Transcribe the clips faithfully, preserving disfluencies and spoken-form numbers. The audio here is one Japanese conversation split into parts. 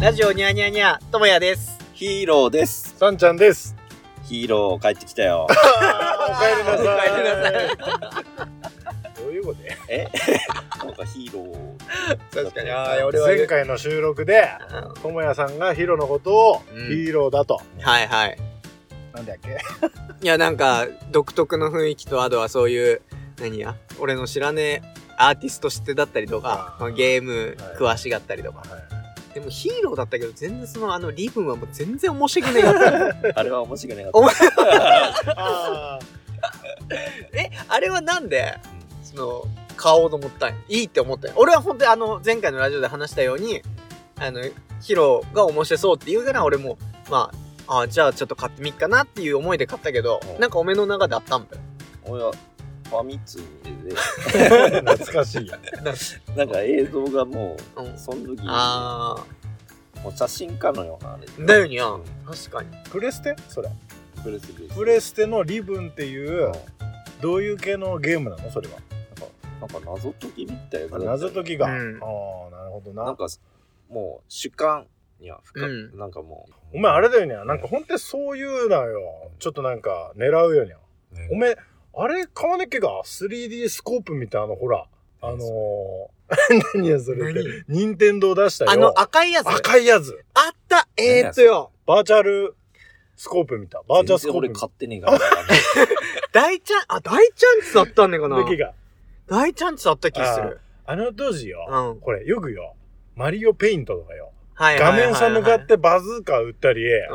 ラジオニャーニャーニャーともやです。 ヒーローです。 さんちゃんです。 ヒーロー帰ってきたよ。 おかえりなさい。 おかえりなさい。 どういうことえなんかヒーロー確かに。ああ、俺は前回の収録でともやさんがヒロのことをヒーローだと、 うん、はいはい。 なんだっけいやなんか独特の雰囲気と、あとはそういう何や俺の知らねえアーティスト知ってだったりとか、まあ、ゲーム詳しがったりとか、はいはい、でもヒーローだったけど全然そのあのリブンはもう全然面白くねえかったあれは面白くねえかったえあれはなんでその買おうと思ったんいいって思ったん俺は本当にあの前回のラジオで話したようにあのヒロが面白そうって言うから俺もまああじゃあちょっと買ってみっかなっていう思いで買ったけど、なんかお目の中であったんだよ。 俺はファミ通で懐かしいやなんか映像がもう、うん、その時あもう写真家のようなあれだよにゃ、うん、確かにプレステそれプレステですプレステのリブンっていう、うん、どういう系のゲームなのそれは。 なんか謎解きみたいな謎解きが、うん、ああなるほどな。 なんかもう主観には深、うん、なんかもうお前あれだよね、なんかほんとそういうのよ、ちょっっとなんか狙うよにゃ、ね、お前あれ買わねっけが スリーディー スコープみたいなほらあのー、何やそれって任天堂出したよ、 あの赤いやつ赤いやつあったえー、っとよバーチャルスコープ見たバーチャルスコープ俺買ってねえから大ちゃんあ大チャンスだったんねんかなべきが大チャンスだった気する。 あ, あの当時よ、 うん、 これよくよマリオペイントとかよ、 はいはいはいはい、 画面さ向かってバズーカ撃ったり、うん、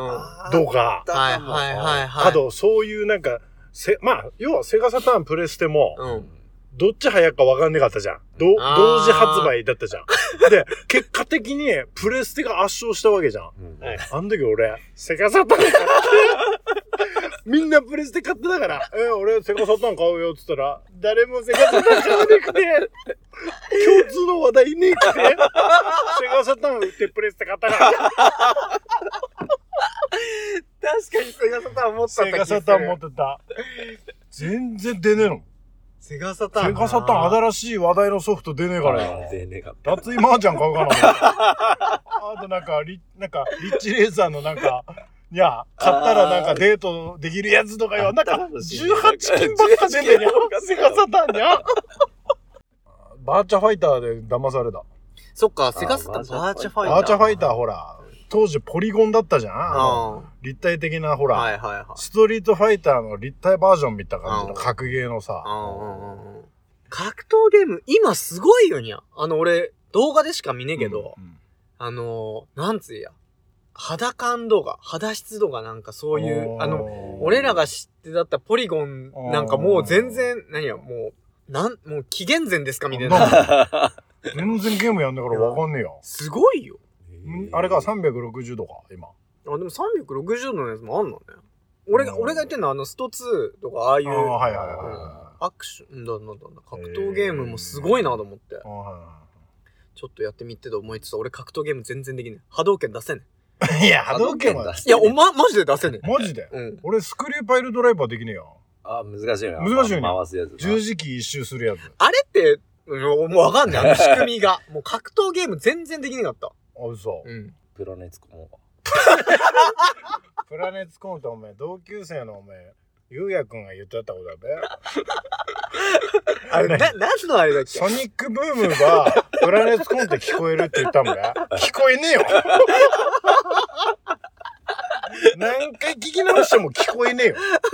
とか、 はいはいはいはい、 あとそういうなんかせまあ要はセガサターンプレステも、うん、どっち早くか分かんなかったじゃん。ど同時発売だったじゃん。で結果的にプレステが圧勝したわけじゃん、うんはい、あの時俺セガサターンみんなプレステ買ってたから、え俺セガサターン買うよっつったら誰もセガサターン買わなくて共通の話題ねえくてセガサターン売ってプレステ買ったから確かにセガサターン持ってた。 セガサターン持ってた。全然出ねえの。 セガサターンセガサターン新しい話題のソフト出ねえからよ。 出ねえかった。 脱衣マーちゃん買うかなあとなんかリなんかリッチレーザーのなんかいや買ったらなんかデートできるやつとかよ、なんかじゅうはちきんばっか出てんやセガサターンにゃバーチャファイターで騙された。 そっかセガサターンバーチャファイターバーチャファイターほら当時ポリゴンだったじゃん、立体的なほら、 はいはいはい、 ストリートファイターの立体バージョンみたいな感じの格ゲーのさ、 格闘ゲーム今すごいよにゃ。あの俺動画でしか見ねえけど、うんうん、あのー、なんつうや肌感度が肌質度がなんかそういうあの俺らが知ってだったポリゴンなんかもう全然何やもうなんもう紀元前ですかみたいな全然ゲームやんだからわかんねえよ。 すごいよ。 あれがさんびゃくろくじゅうどか今。 あでもさんびゃくろくじゅうどのやつもあんのね。俺が俺が言ってんのはあのストツーとかああいう、あはいはいはい、うん、 アクションだなんだ格闘ゲームもすごいなと思って、ちょっとやってみてと思いつつ俺格闘ゲーム全然できない。波動拳出せねえいや波動拳は出せねえ。いやおまマジで出せねえ。 マジで、うん、俺スクリューパイルドライバーできねえよ。 あ難しいよ難しいよね。 回すやつ十字キー一周するやつ。 あれってもうわかんないあの仕組みがもう格闘ゲーム全然できなかった。 あ嘘。 うんプラネツコンプラネツコンってお前同級生のお前ゆうやくんが言ってたことだべあれな何のあれだっけ。 ソニックブームがプラネツコンって聞こえるって言ったんだよ聞こえねえよ何回聞き直しても聞こえねえよ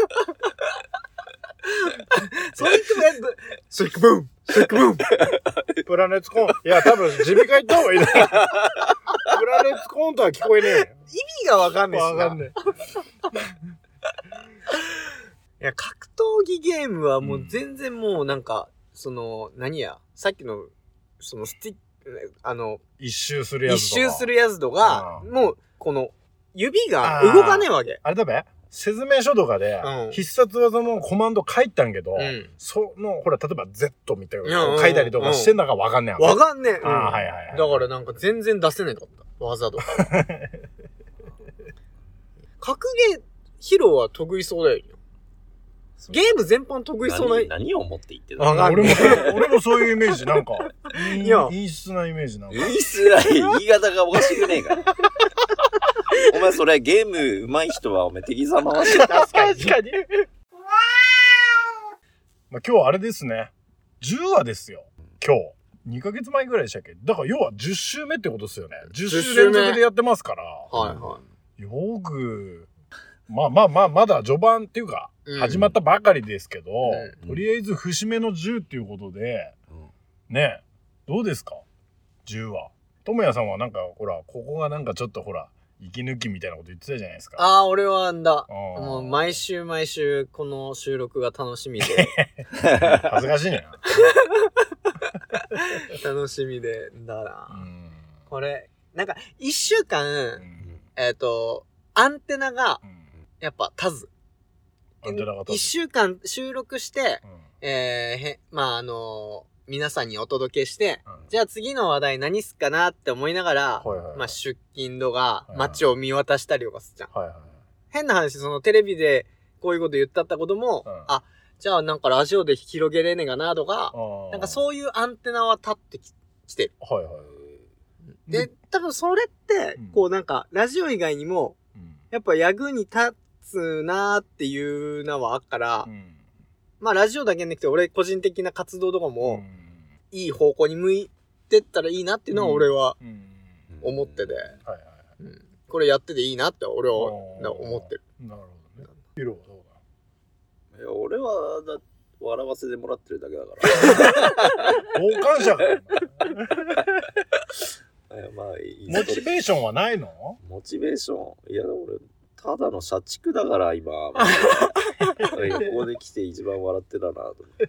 ソニックブームソニックブームソニックブームプラネツコンいや多分耳鼻科行った方がいいなプラネツコンとは聞こえねえよ。 意味がわかんねえしな。 わかんねえ。いや格闘技ゲームはもう全然もうなんか、うん、その何やさっきのそのスティックあの一周するやつとか一周するやつとか、うん、もうこの指が動かねえわけ。 あれだべ説明書とかで、うん、必殺技のコマンド書いたんけど、うん、そのほら例えば Z みたいなの書いたりとかしてんのかわかんねえわかんねえ、 うん、あはいはいはい。 だからなんか全然出せなかった技とか格ゲーヒロは得意そうだよ。 ゲーム全般得意そうな。 何、何を思って言ってたの？俺も、俺もそういうイメージ、なんか、いや、陰湿なイメージなんか。 陰湿な言い方がおかしくねえか。お前それゲーム上手い人はお前敵さ回して確かに。確かに。 まあ、今日はあれですね。じゅうわですよ。今日。にかげつまえぐらいでしたっけ？だから要はじゅっしゅうめってことですよね。じゅっしゅう連続でやってますから。 はいはい。 よく、まあまあまあ、まだ序盤っていうか、うん、始まったばかりですけど、うん、とりあえず節目のじゅうっていうことで、うん、ねえ、どうですか？じゅうわ。ともやさんはなんか、ほら、ここがなんかちょっとほら、息抜きみたいなこと言ってたじゃないですか。 ああ、俺はあんだ。もう毎週毎週この収録が楽しみで。 恥ずかしいね。 楽しみで、だな。うん、これ、なんか一週間、うん、えっと、アンテナが、やっぱ立つ。 アンテナが立つ。 一週間収録して、うん、えー、へ、まああのー、皆さんにお届けして、うん、じゃあ次の話題何すっかなって思いながら、はいはいはい、まあ出勤とか街を見渡したりとかするじゃん。はいはいはい、変な話、そのテレビでこういうこと言ったったことも、うん、あ、じゃあなんかラジオで広げれねえかなとか、なんかそういうアンテナは立ってき、きてる。はいはい。で、多分それって、こうなんかラジオ以外にも、うん、やっぱ役に立つなーっていうのはあっから、うん、まあラジオだけじゃなくて俺個人的な活動とかも、うん、いい方向に向いてったらいいなっていうのは俺は思ってて、これやってていいなって俺は思ってる。なるほどね。色はどうだ？ いや俺はだ笑わせてもらってるだけだから傍観者かまあいいモチベーションはないの？ モチベーションいや俺ただの社畜だから今ここで来て一番笑ってたなと思って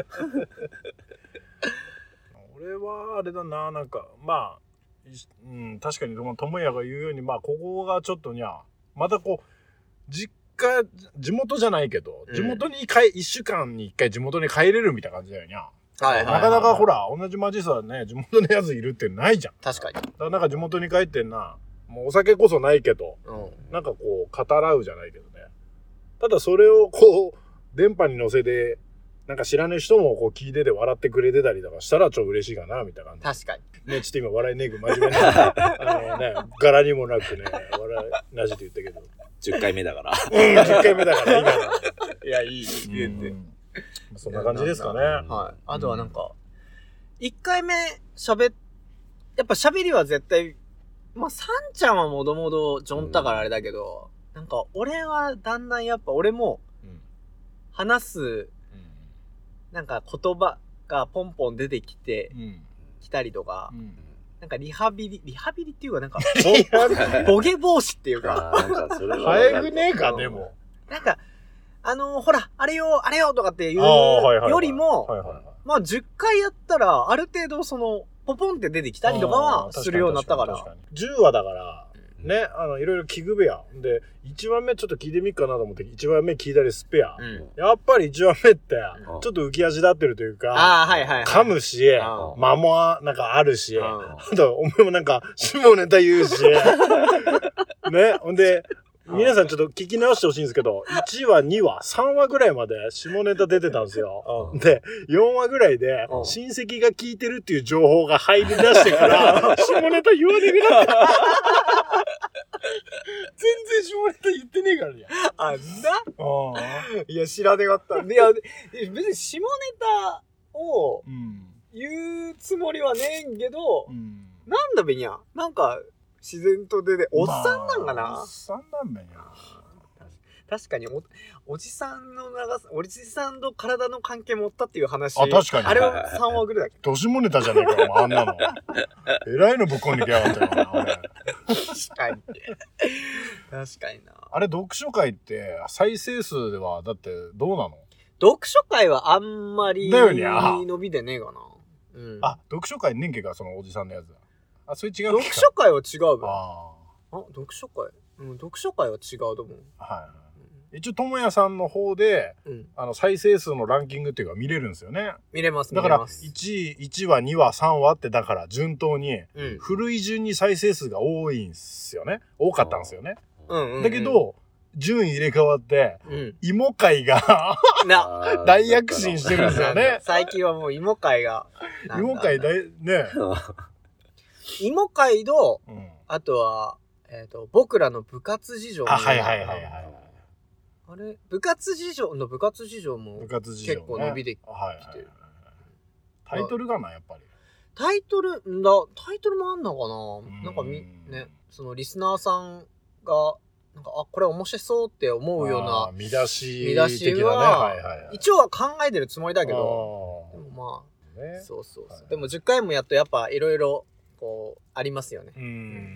俺はあれだななんかまあ、うん、確かにともやが言うようにまあここがちょっとにゃまたこう実家地元じゃないけど、うん、地元に帰いっしゅうかんにいっかい地元に帰れるみたいな感じだよにゃ。はいはいはいはい、なかなかほら同じ町さね地元のやついるってないじゃん。 確かに。 だからなんか地元に帰ってんなもうお酒こそないけど、うん、なんかこう語らうじゃないけどね。ただそれをこう電波に乗せてなんか知らない人もこう聞いてて笑ってくれてたりとかしたら超嬉しいかなみたいな感じ。確かに。 ねちょっと今笑いねぐ真面目なあのね柄にもなくね笑いなしで言ったけどじゅっかいめだから。 うんじゅっかいめだから今の。 いやいい言って。 そんな感じですかね。 はい。あとはなんかいっかいめ喋っやっぱ喋りは絶対まあサンちゃんはもともとジョンだからあれだけど、うん、なんか俺はだんだんやっぱ俺も話す、うん、なんか言葉がポンポン出てきて、うん、きたりとか、うん、なんかリハビリリハビリっていうかなんかボゲ防止っていうかなんかそれは早くねえかでもなんかあのー、ほらあれよあれよとかっていうよりもまあじゅっかいやったらある程度そのポポンって出てきたりとかはするようになったから。 じゅうわだから、ね、あの、いろいろ聞くべや。で、いちわめちょっと聞いてみっかなと思って、いちわめ聞いたりすっぺや。うん、やっぱりいちわめって、ちょっと浮き足立ってるというか、 あはいはいはい、 噛むし、間もなんかあるし、あと、お前もなんか、下ネタ言うし、ね、ほんで、皆さんちょっと聞き直してほしいんですけど、いちわ、にわ、さんわぐらいまで下ネタ出てたんですよ。で、よんわぐらいで親戚が聞いてるっていう情報が入り出してから、下ネタ言わねえなって。全然下ネタ言ってねえからね。 あんだいや、知らねかった。いや、別に下ネタを言うつもりはねえんけど、うん、なんだべにゃ。なんか、自然と出て、おっさんなんかな、まあ、 おっさんなんだよ。 確かにお、おじさんの長さ、おじさんと体の関係持ったっていう話。 あ、確かに。 あれはさんわぐらいだっけ。 年もネタじゃねえか、あんなの。えらいのぶっこんできやがったよな、俺。 確かに。確かにな。 あれ、読書会って、再生数では、だって、どうなの？ 読書会はあんまり、伸びてねえかな。 うん。あ、読書会ねんけか、そのおじさんのやつだ。あ、それ違う。 読書会は違うべ。ああ。読書会うん、読書会は違うと思う。はいはい。 一応、ともやさんの方で、うん、あの、再生数のランキングっていうか見れるんですよね。 見れます、 だから、いちい、いちわ、にわ、さんわって、だから、順当に、うん、古い順に再生数が多いんすよね。多かったんですよね。うんうんうん、だけど、 順位入れ替わって、 うん、 芋会がな大躍進してるんですよね。 最近はもう芋会が。 芋会大、ね。 芋会と、うん、あとは、えっ、ー、と、僕らの部活事情。 あ、はいはいはいはい。 あれ部活事情の部活事情も結構伸びてきてる。はいはいはい、 タイトルがな、やっぱり。 タイトル、んだ、タイトルもあんのかな、なんかみ、ね、そのリスナーさんが、なんか、あ、これ面白そうって思うような見出し見出しは、はいはいはい、一応は考えてるつもりだけど、でもまあ、ね、そうそうそう、はい、でもじゅっかいもやっとやっぱいろいろこうありますよね。うん、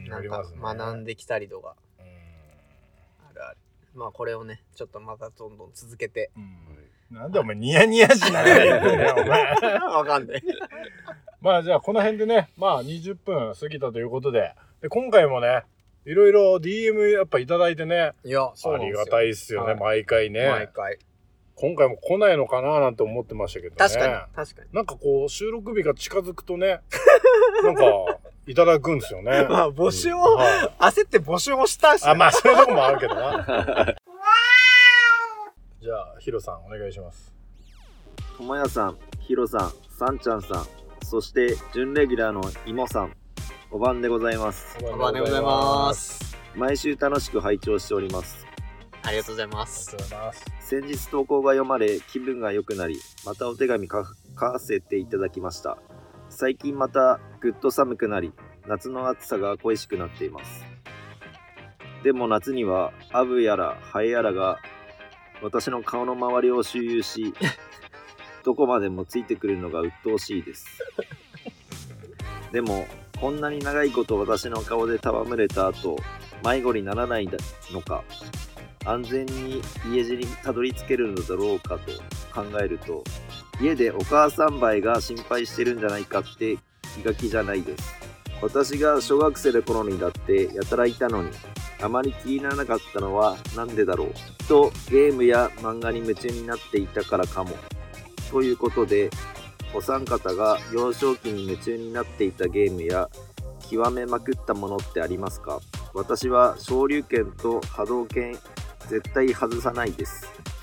なんか学んできたりとか、うん、あるある。まあこれをね、ちょっとまたどんどん続けて。 うん、なんでお前ニヤニヤしながらやってんだよ、お前。 わかんない。 まあじゃあこの辺でね、まあにじゅっぷん過ぎたということで、で今回もね、いろいろ ディーエム やっぱいただいてね。 いや、そうありがたいっすよね、はい、毎回ね。 毎回。 今回も来ないのかななんて思ってましたけどね。 確かに、確かに。 なんかこう、収録日が近づくとね、なんか、いただくんですよね。 まあ、募集を、うんはい、焦って募集をしたし、ね。 あ、まあ、そういうとこもあるけどな。じゃあ、ヒロさん、お願いします。 ともやさん、ヒロさん、さんちゃんさん、そして、準レギュラーのイモさん、おばんでございます。 おばんでございます。 毎週楽しく拝聴しております。 ありがとうございます。 ありがとうございます。 先日投稿が読まれ気分が良くなり、またお手紙書かせていただきました。最近またぐっと寒くなり、夏の暑さが恋しくなっています。でも夏にはアブやらハエやらが私の顔の周りを周遊し、どこまでもついてくるのが鬱陶しいです。でもこんなに長いこと私の顔で戯れた後、迷子にならないのか、安全に家路にたどり着けるのだろうかと考えると、家でお母さんばいが心配してるんじゃないかって気が気じゃないです。私が小学生の頃にだってやたらいたのに、あまり気にならなかったのはなんでだろうと、ゲームや漫画に夢中になっていたからかも。ということで、お三方が幼少期に夢中になっていたゲームや極めまくったものってありますか？私は昇竜拳と波動拳絶対外さないです。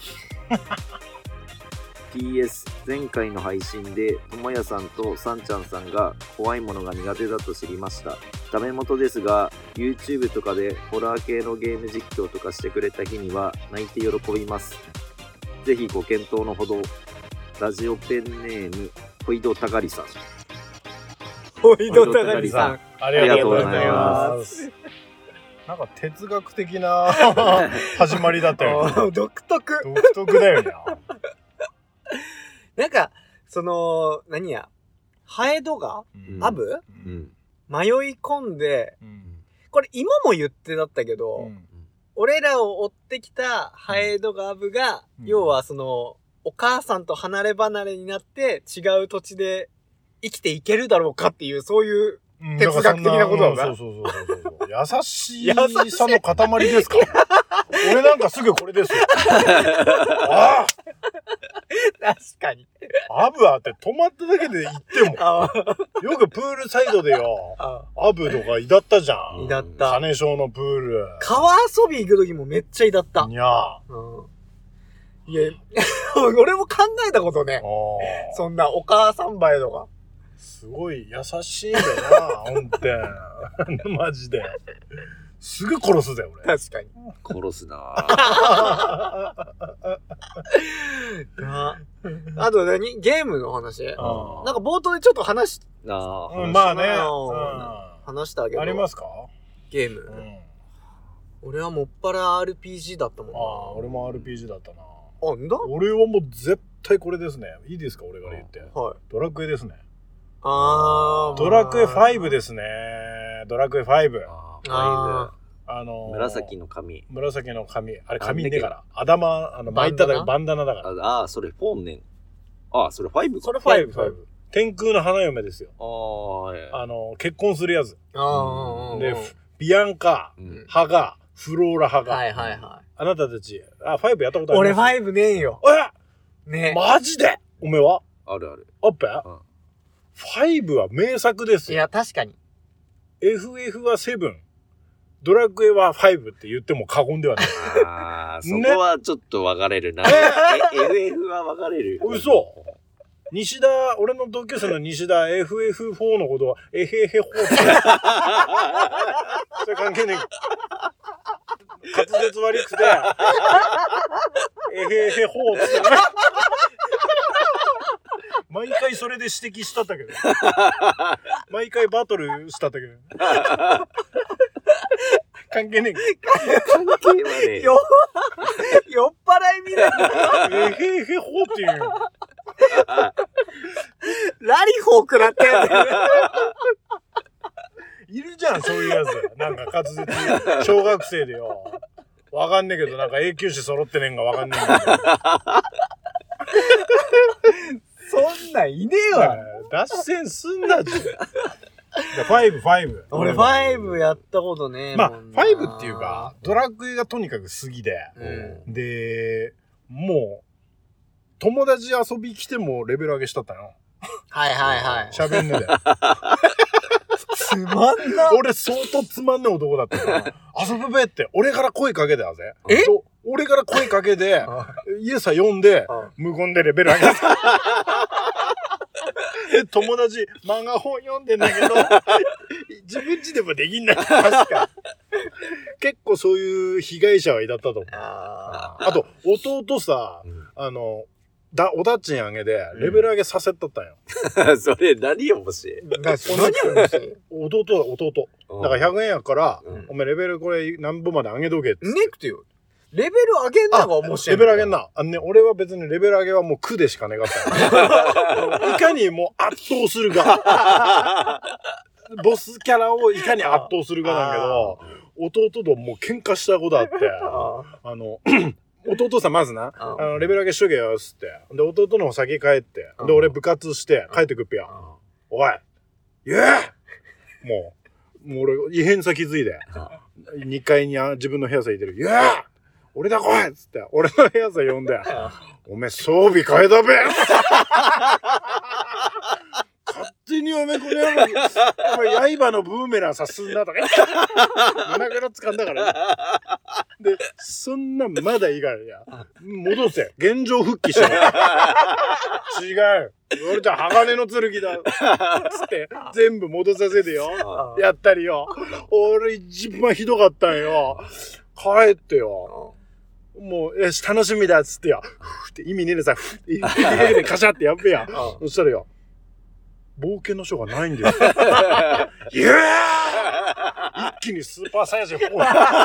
ピーエス 前回の配信でともやさんとさんちゃんさんが怖いものが苦手だと知りました。ダメ元ですが YouTube とかでホラー系のゲーム実況とかしてくれた日には泣いて喜びます。ぜひご検討のほど。ラジオペンネームホイドタガリさん。 ホイドタガリさん、 ありがとうございます。なんか哲学的な始まりだったよね。 独特。 独特だよね。 なんかその何やハエドガ、うん、アブ、うん、迷い込んで、うん、これ今も言ってだったけど、うん、俺らを追ってきたハエドガアブが、うん、要はそのお母さんと離れ離れになって違う土地で生きていけるだろうかっていうそういう哲学的なことだな。 そうそうそうそうそう。優しさの塊ですか？俺なんかすぐこれですよ。ああ確かに。 アブアって止まっただけで行っても。よくプールサイドでよ。アブとかいだったじゃん。 いだった。 金賞のプール。 川遊び行くときもめっちゃいだった。 いやー。 うんいや、俺も考えたことね。そんなお母さんばいとか。 すごい優しいんだよな、ほんと。マジで。すぐ殺すだよ、 俺。確かに。 殺すなああと何ゲームの話なんか冒頭でちょっと話し、 あ話まあね、 話したけど。 ありますかゲーム、うん、俺はもっぱら アールピージー だったもんな。 ああ、俺も アールピージー だったな。 あんだ俺はもう絶対これですね。いいですか俺から言って。はい。ドラクエですね。 あー。 ドラクエファイブですね。ドラクエファイブ。 ああのー、 紫の髪。 紫の髪。あれ髪ねえから。頭、あの、巻いただバンダナだから。 ああ、それフォンねん。ああ、それファイブか。 それファイブ、ファイブ。 天空の花嫁ですよ。 ああ、いやあの、結婚するやつ。 ああ。 で、ビアンカ、うん、ハガ、フローラハガ。 はいはいはい。 あなたたち、あ、ファイブやったことある？ 俺ファイブねえよ。 えねえ。 マジでおめえは？ あるある。 あっぺ？うん。ファイブは名作ですよ。 いや、確かに。 エフエフ はセブン。 ドラクエはファイブって言っても過言ではない。 ああ、そこはちょっと分かれるな。え、エフエフ は分かれる。 嘘。西田、俺の同級生の西田 エフエフフォー のことは、えへへほーって。それ関係ねえ。滑舌悪くて、えへへほーって。毎回それで指摘したったけど。毎回バトルしたったけど。関係ねえ。 関係はね。 よ、酔っ払いみたいな。 えへへほーっていう。 ラリホー食らってんだよ。 いるじゃん、そういうやつ。なんか滑舌、小学生でよ。わかんねえけど、なんか永久歯揃ってねえんかわかんねえけど。 そんなんいねえわ。 脱線すんなじゃん。ファイブ、ファイブ。 俺ファイブやったことねえまあ、 もんな。 ファイブっていうか、ドラクエがとにかく好きで、 うん、 で、もう、友達遊び来てもレベル上げしとったよ。 はいはいはい。 喋んねで。 つまんな。 俺相当つまんねえ男だったから、遊ぶべって、俺から声かけてやぜ。 え俺から声かけて、イエスは呼んで、無言でレベル上げた。で、友達、漫画本読んでんだけど、自分ちでもできんない。確かに。結構そういう被害者はいだったと思う。ああと、弟さ、うん、あの、だ、おだっちんあげで、レベル上げさせとったんよ。 うん、それ、何を欲しい何を欲しい弟だ、弟。だからひゃくえんやから、うん、お前レベルこれ何分まで上げとけって。 ねくてよ。レベル上げんのが面白い。 レベル上げんな。あのね、俺は別にレベル上げはもう苦でしか願った。いかにもう圧倒するか。ボスキャラをいかに圧倒するかなんだけど、弟ともう喧嘩したことあって、あの、弟さんまずな、あの、レベル上げしとけよ、つって。で、弟の方先帰って、で、俺部活して帰ってくっぺや。おい言えもう、もう俺異変さ気づいて、にかいに自分の部屋さいてる。言え俺だ来いっつって、俺の部屋さ呼んで、おめえ装備変えたべ勝手におめえこれやろ、お前刃のブーメランさすんなとか胸から掴んだからね。で、そんなまだいいからや。戻せ。現状復帰しろ。違う。俺じゃ鋼の剣だ。つって、全部戻させてよ。やったりよ。俺一番ひどかったんよ。帰ってよ。もう、よし、楽しみだっつってよ。ふって意味ねえでさ、ふって、カシャってやっべや。そしたらよ。冒険の書がないんだよ。イエー一気にスーパーサイヤ人フォー。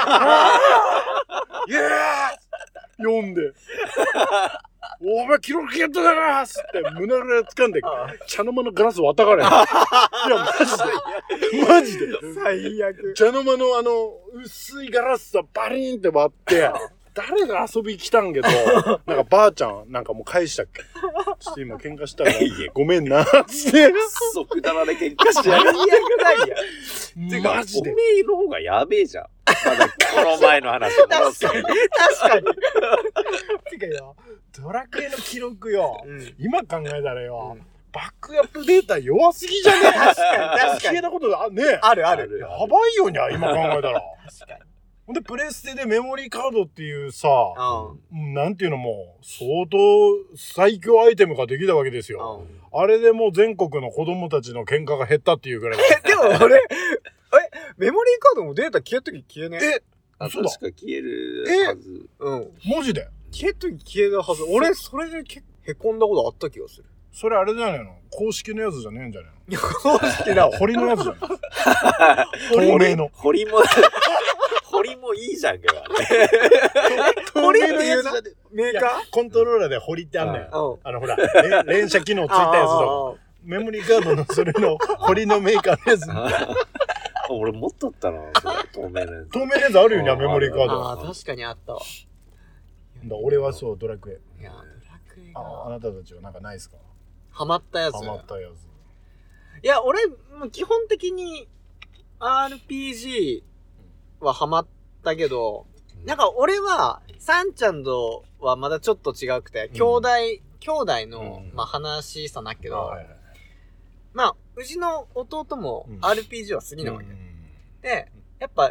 イエー読んで。お前記録ゲットだなーっつって胸ぐら掴んで、茶の間のガラス割ったからや。いや、マジで。マジで。 最悪。 茶の間のあの、薄いガラスさ、バリーンって割って、誰が遊び来たんけど、なんかばあちゃんなんかもう返したっけちょっと今喧嘩したから、ごめんな、つって。 即だらで喧嘩しやがる。 最悪だいや。 てか、おめえの方がやべえじゃん。まだこの前の話を戻す。 確かに。確かに。 てかよ、ドラクエの記録よ、うん、今考えたらよ、うん、バックアップデータ弱すぎじゃねえ確かに、確かに。消えたことがねあるある。 やばいよにゃ、今考えたら。確かに。ほんで、プレステでメモリーカードっていうさ、うん、なんていうのも、相当最強アイテムができたわけですよ。うん、あれでもう全国の子供たちの喧嘩が減ったっていうぐらい。 え、でも俺、え、メモリーカードもデータ消えるとき消えねえ。 え、確か消えるはず。 うん。マジで消えるとき消えるはず。俺、それでけへこんだことあった気がする。 それあれじゃねえの公式のやつじゃねえんじゃねえのいや、公式だ。 堀のやつじゃねえ透明の。 堀も、堀もいいじゃんけど。 堀っていうなメーカーコントローラーで堀ってあんねん。あのほら、連射機能ついたやつだ。メモリーカードのそれの堀のメーカーのやつ。 俺持っとったな、透明のやつ。 透明のやつあるよね、メモリーカード。 ああ、確かにあったわ。 俺はそう、ドラクエ。 いや、ドラクエあ、あなたたちはなんかないですか？ ハマったやつ。 ハマったやつ。 いや、俺、基本的に アールピージー はハマったけど、なんか俺は、サンちゃんとはまだちょっと違くて、うん、兄弟、兄弟の、うん、まあ話さなっけど、はいはい、まあ、うちの弟も アールピージー は好きなわけ。うん、で、やっぱ、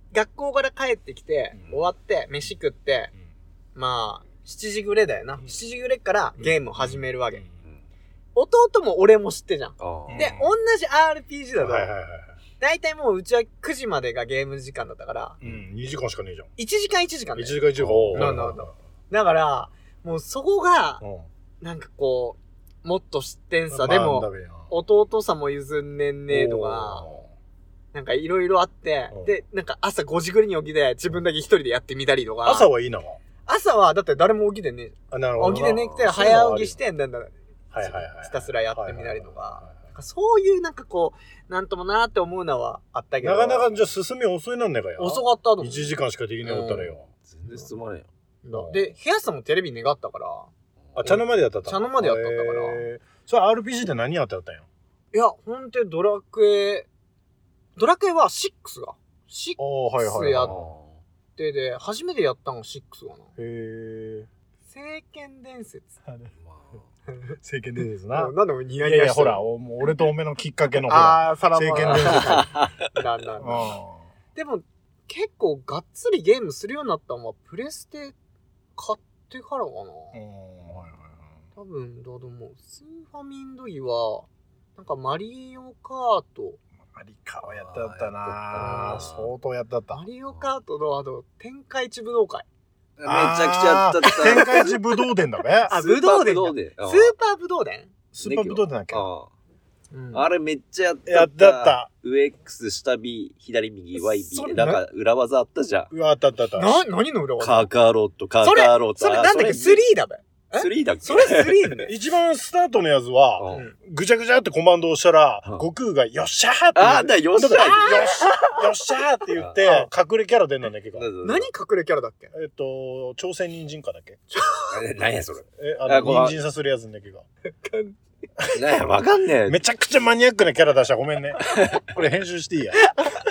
学校から帰ってきて、 うん、 終わって飯食って、うん、まあしちじぐらいだよな、うん、しちじぐらいからゲームを始めるわけ、うんうん、弟も俺も知ってじゃん、うん、で同じ アールピージー だと、はいはいはい、だいたいもううちはくじまでがゲーム時間だったから、 うん、にじかんしかねえじゃん。 いちじかんいちじかんだよ。 いちじかんいちじかん。 なんだなんだ。だから、もうそこが、なんかこう、もっと知ってんさ、でも、弟さも譲んねんねえとか、なんかいろいろあって、で、なんか朝ごじぐらいに起きて、自分だけ一人でやってみたりとか。 朝はいいな。 朝は、だって誰も起きてねえ。 あ、なるほど。 起きてねくて、早起きして、なんだ、 はいはいはい。 ひたすらやってみたりとか。そういうなんかこう、なんともなーって思うのはあったけど。 なかなかじゃあ進み遅いなんだかよ。 遅かったの。 いちじかんしかできなかったらよ。 全然進まねえよ。で、部屋さんもテレビ願ったから。 あ、茶の間でやったった。 茶の間でやったったから。 それ アールピージー って何やってやったんや。 いや、ほんとドラクエ、ドラクエはろくが。ろくやってで、初めてやったのがろくかな。へぇー。聖剣伝説。 聖剣伝説な。 なんでもニヤニヤして。 いやいや、ほら、もう俺とおめのきっかけの。 ああ、さらば。 聖剣伝説。 なんなんでも、結構がっつりゲームするようになったのは、プレステ買ってからかな。多分、どうでも、スーファミン時は、なんかマリオカート。 マリカはやったったな。相当やったった。 マリオカートのあの、天下一武道会。 めちゃくちゃやったった。 天下一武道伝だべ。 あ、武道伝。スーパー武道伝スーパー武道伝だっけ。 あれめっちゃやったった。 やったった。 上 X、下 B、左右、ワイビー。なんか裏技あったじゃん。 うわ、あったあったあった。 な、何の裏技？ カーカーロット、カーカーロット。 それ、それなんだっけ スリー だべ。 スリーだっけそれスリーね。 一番スタートのやつは、ぐちゃぐちゃってコマンドをしたら、悟空がよっしゃーって。 あ、だ、よっしゃーよっしゃーって言って、隠れキャラ出んだね、結構。 何隠れキャラだっけ？ えっと、朝鮮人参かだっけ？ 何やそれ。 え、あの、人参さするやつだけが。 何や、わかんねえ。 めちゃくちゃマニアックなキャラ出した。ごめんね。これ編集していいや。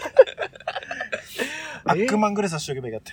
アックマンぐらいさしておけばいいかって。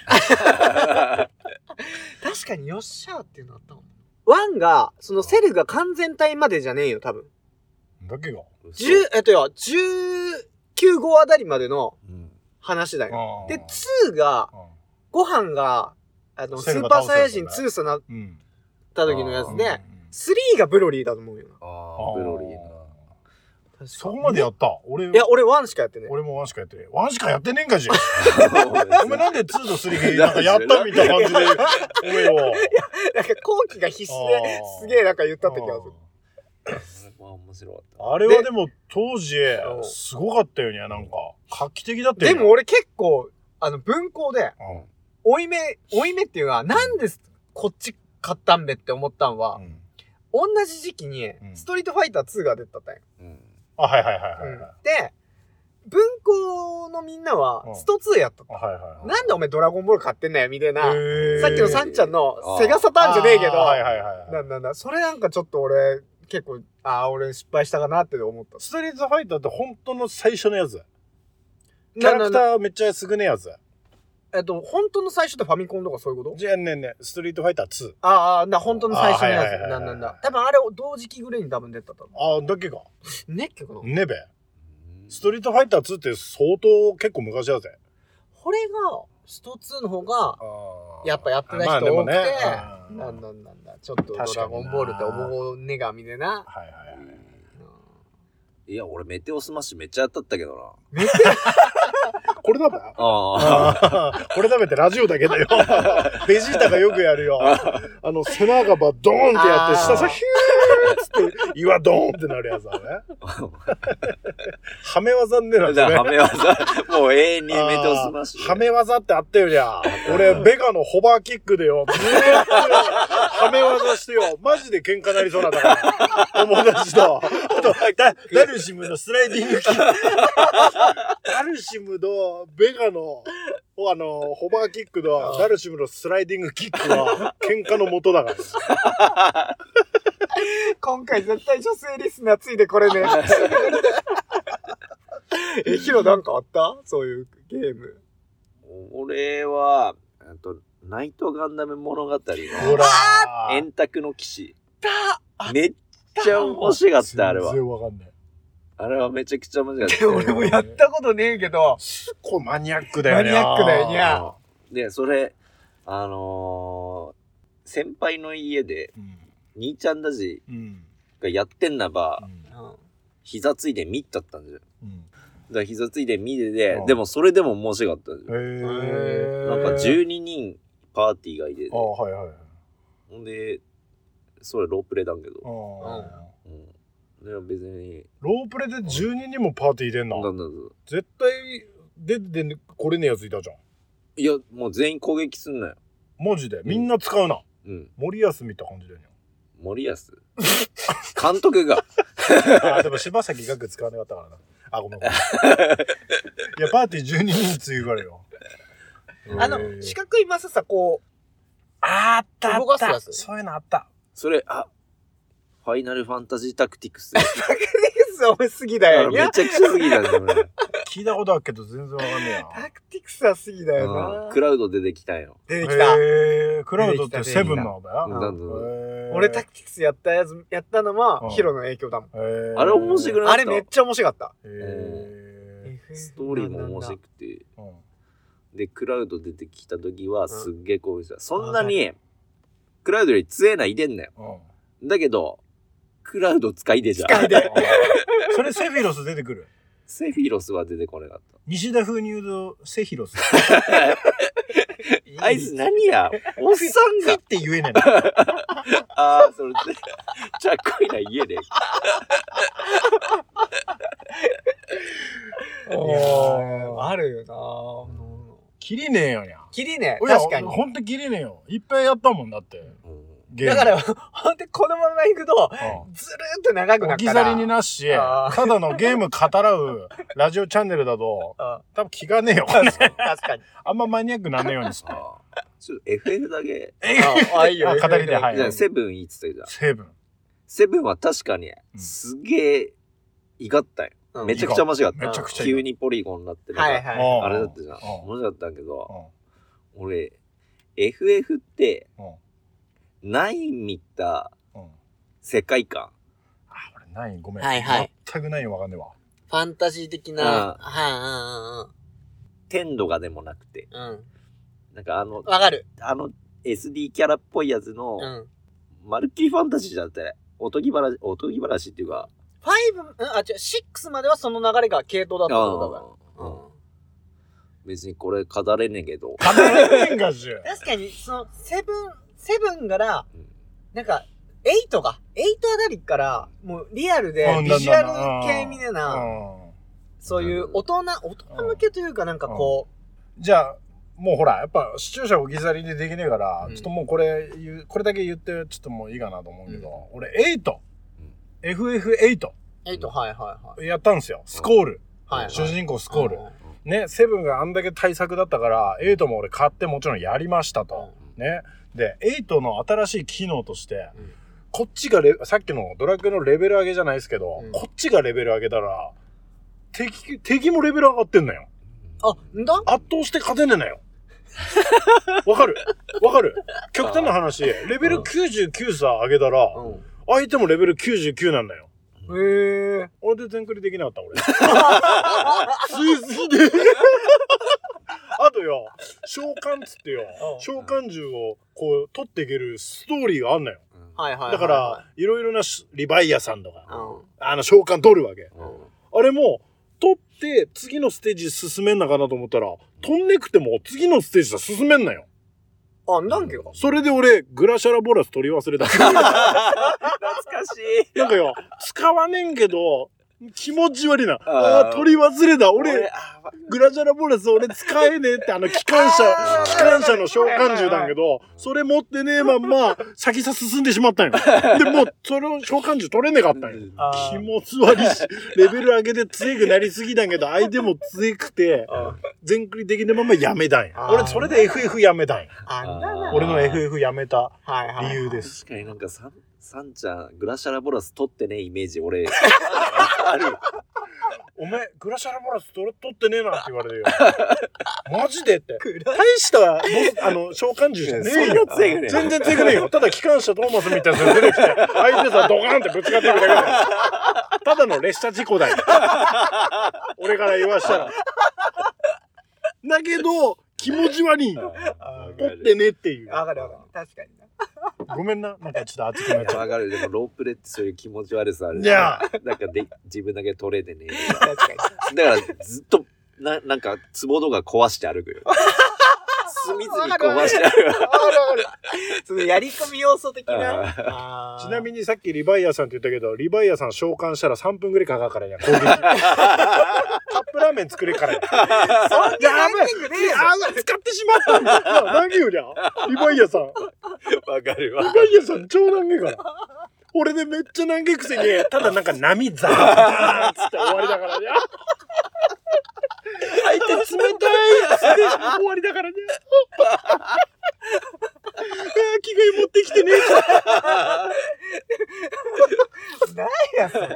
確かによっしゃーっていうのあったもん。ワンが、そのセルが完全体までじゃねえよ、多分。 だけがじゅう、えっとよ、じゅうきゅうごあたりまでの話だよ。で、ツーが、ご飯が、あの、スーパーサイヤ人ツーとなった時のやつで、スリーがブロリーだと思うよな。 ああ、ブロリーな。 そこまでやった。俺、 いや、俺ワンしかやってねえ。 俺もワンしかやってねえ。ワンしかやってねえんかし。お前なんでツーとスリーなんかやったみたいな感じで、おめえよ。いや、 なんか後期が必死ですげえなんか言ったって気がする。 面白かった。 あれはでも当時、すごかったよね、なんか。画期的だったよ。 でも俺結構、あの、文庫で、追い目、追い目っていうのは、なんでこっち買ったんべって思ったんは、同じ時期に、ストリートファイターツーが出たったんよ。 あ、はいはいはいはい。 で、文庫のみんなは、ストツーやったった。なんでお前ドラゴンボール買ってんだよ、みたいな。さっきのサンちゃんのセガサターンじゃねえけど、なんなんだ、それなんかちょっと俺、結構、ああ、俺失敗したかなって思った。 ストリートファイターって本当の最初のやつ。キャラクターめっちゃすぐねえやつ。 えっと、本当の最初ってファミコンとかそういうことじゃあねんね、ストリートファイターツー。 ああ、な、本当の最初のやつ。なんなんだ。多分あれ同時期ぐらいに多分出たと思う。ああ、だけか。 ねっけかな。 ねべ。ストリートファイターツーって相当結構昔だぜ。 これが、ストツーの方が、やっぱやってない人多くて、なんなんなんだ。ちょっとドラゴンボールって思うねがみでな。はいはいはい。 いや、俺メテオスマッシュめっちゃやったったけどな。 メテこれだべああ。これだべってラジオだけだよ。ベジータがよくやるよ。あの、背中ばドーンってやって、下さヒューって岩ドーンってなるやつだね。はめ技ねなんだね。 はめ技。もう永遠にメテオスマッシュ。 はめ技ってあったよりゃ。俺、ベガのホバーキックでよ。ずーっとはめ技してよ。マジで喧嘩なりそうなんだから。友達と。あと、ダ, ダルシムのスライディングキック。ダルシムのベガの、あの、ホバーキックのダルシムのスライディングキックは喧嘩の元だから。 今回絶対女性リスナーついでこれね。え、ヒロなんかあったそういうゲーム。 俺は、あとナイトガンダム物語の円卓の騎士。めっちゃ面白かった、あれは。 全然わかんない。 あれはめちゃくちゃ面白かった。 俺もやったことねえけど。 すっごいマニアックだよね。 マニアックだよね。 で、それ、あのー、先輩の家で、うん、兄ちゃんたちがやってんなば、うん、膝ついて見っちゃったんじゃん。うん、だから膝ついて見てて、うん、でもそれでも面白かったんじゃん。へなんかじゅうににんパーティーがいてて、あ、はいはいはい。ほんで、それロープレだけど。あうん、でも別に。ロープレでじゅうににんもパーティー出んの？なんだ絶対出てこれねえやついたじゃん。 いや、もう全員攻撃すんなよ。 マジでみんな使うな。うん。森保みたいな感じだよね。 森保監督が。 あ、でも柴崎岳使わなかったからな。あ、ごめんごめん。いや、パーティーじゅうににんついからよ。 あの、四角いマスさ、こう。 あったあった。そういうのあった。 それ、あ、ファイナルファンタジータクティクス。 タクティクス多すぎだよね。 めちゃくちゃすぎだよね。 聞いたことあるけど全然わかんねえよ。 タクティクスはすぎだよな。 クラウド出てきたよ。 出てきた。 へー、クラウドってセブンなんだよ。 俺タクティクスやったやつ、やったのはヒロの影響だもん。 あれ面白くなかった。 あれめっちゃ面白かった。 ストーリーも面白くて。で、クラウド出てきた時はすっげえ興奮した。そんなに、クラウドより強えないでんだよ。だけど、クラウド使いでじゃん。使いで。 それセフィロス出てくる。 セフィロスは出てこなかった。 西田風に言うと、セフィロス。 あいつ何やおっさんが。 って言えねえの。 ああ、それで。ちゃっこいな家で。 あるよな。 切りねえよにゃ。 切りねえ。確かに。 ほんと切りねえよ。いっぱいやったもんだって。 だから、ほんとこのまま行くと、ずるーっと長くなるから。 置き去りになし、ただのゲーム語らうラジオチャンネルだと、多分気がねえよ。確かに。あんまマニアックなんねえようにさ。 ちょっと エフエフ だけ。 ああ、いいよ。 語りで、はい。 じゃあ、セブンいいっつったじゃん。 セブン。 セブンは確かに、すげえ、いがったよ。めちゃくちゃ面白かった。 めちゃくちゃ急にポリゴンになって、あれだったじゃん。面白かったんだけど、俺、エフエフって、ナイン見た世界観。 あ、俺ナインごめん。 はいはい。 全くナインわかんねえわ。 ファンタジー的な、はい、 天度がでもなくて。うん。なんかあの、 わかる。 あの エスディー キャラっぽいやつの、まるっきりファンタジーだって、おとぎ話、おとぎ話っていうか、 ファイブ、うん、あ、違う、シックスまではその流れが系統だったんだから。うん。 別にこれ語れねえけど。 語れねえんかしら。 確かに、その、セブン、セブンから、うん、なんか、エイトが、エイトあたりから、もうリアルで、ビジュアル系みたいな、そういう大人、大人向けというかなんかこう。じゃあ、もうほら、やっぱ視聴者置き去りでできねえから、うん、ちょっともうこれ言う、これだけ言って、ちょっともういいかなと思うけど、うん、俺、エイト。エフエフエイト。 エイト、はいはいはい。 やったんですよ。スコール。はい。主人公スコール。ね、セブンがあんだけ対策だったから、エイトも俺買ってもちろんやりましたと。ね。で、エイトの新しい機能として、こっちがレ、さっきのドラクエのレベル上げじゃないですけど、こっちがレベル上げたら、敵、敵もレベル上がってんのよ。 あ、んだ圧倒して勝てねえのよ。わかるわかる極端な話、レベルきゅうじゅうきゅうさ上げたら、相手もレベルきゅうじゅうきゅうなんだよ。 へー。 俺で全クリできなかった、俺。ついすぎで。あとよ、召喚つってよ、召喚獣をこう取っていけるストーリーがあんのよ。 はいはい。 だから、いろいろなリヴァイアさんとか、あの召喚取るわけ。あれも、取って次のステージ進めんなかなと思ったら、飛んでくても次のステージは進めんなよ。 あ、なんけか。 それで俺、グラシャラボラス取り忘れた。 懐かしい。 なんかよ、使わねんけど、気持ち悪いな。ああ、取り忘れた。俺、グラジャラボラス俺使えねえって、あの、機関車、機関車の召喚獣だけど、それ持ってねえまんま、先さ進んでしまったんよ。で、もう、それを召喚獣取れねえかったんよ。気持ち悪いし、レベル上げて強くなりすぎだけど、相手も強くて、全クリできねえままやめたんや。俺、それで エフエフ やめたんや。俺の エフエフ やめた理由です。 確かになんかサン、サンちゃん、グラシャラボラス取ってねえイメージ、俺、ある。 お前、グラシャラボラス取ってねえなって言われるよ。マジでって。大した、あの、召喚獣じゃねえよ。全然強くねえよ。ただ機関車トーマスみたいなやつが出てきて、相手さ、ドカーンってぶつかっていくだけだよ。 ただの列車事故だよ。俺から言わしたら。だけど、気持ち悪いんだ。撮ってねっていう。 わかるわかる。確かにな。 ごめんな。なんかちょっと熱くなっちゃう。 わかる。でもロープレってそういう気持ち悪さある。 いやなんかで自分だけ取れてね。 確かに。 だからずっと、な、なんか、壺とか壊して歩くよ。隅々壊して歩く。 あるある。そのやり込み要素的な。 ちなみにさっきリヴァイアさんって言ったけど、リヴァイアさん召喚したらさんぷんぐらいかかるからや、攻撃。カップラーメン作れるからや。 そんなランキングねえよ。 あー、使ってしまったんだ。何言うりゃ。リヴァイアさん。 わかるわリヴかる。 ァイアさん超難ゲから。俺でめっちゃ難ゲくせに、ただなんか波ザーッつって終わりだからね。相手冷たいっつって終わりだからね。着替え持ってきてね何やそれ。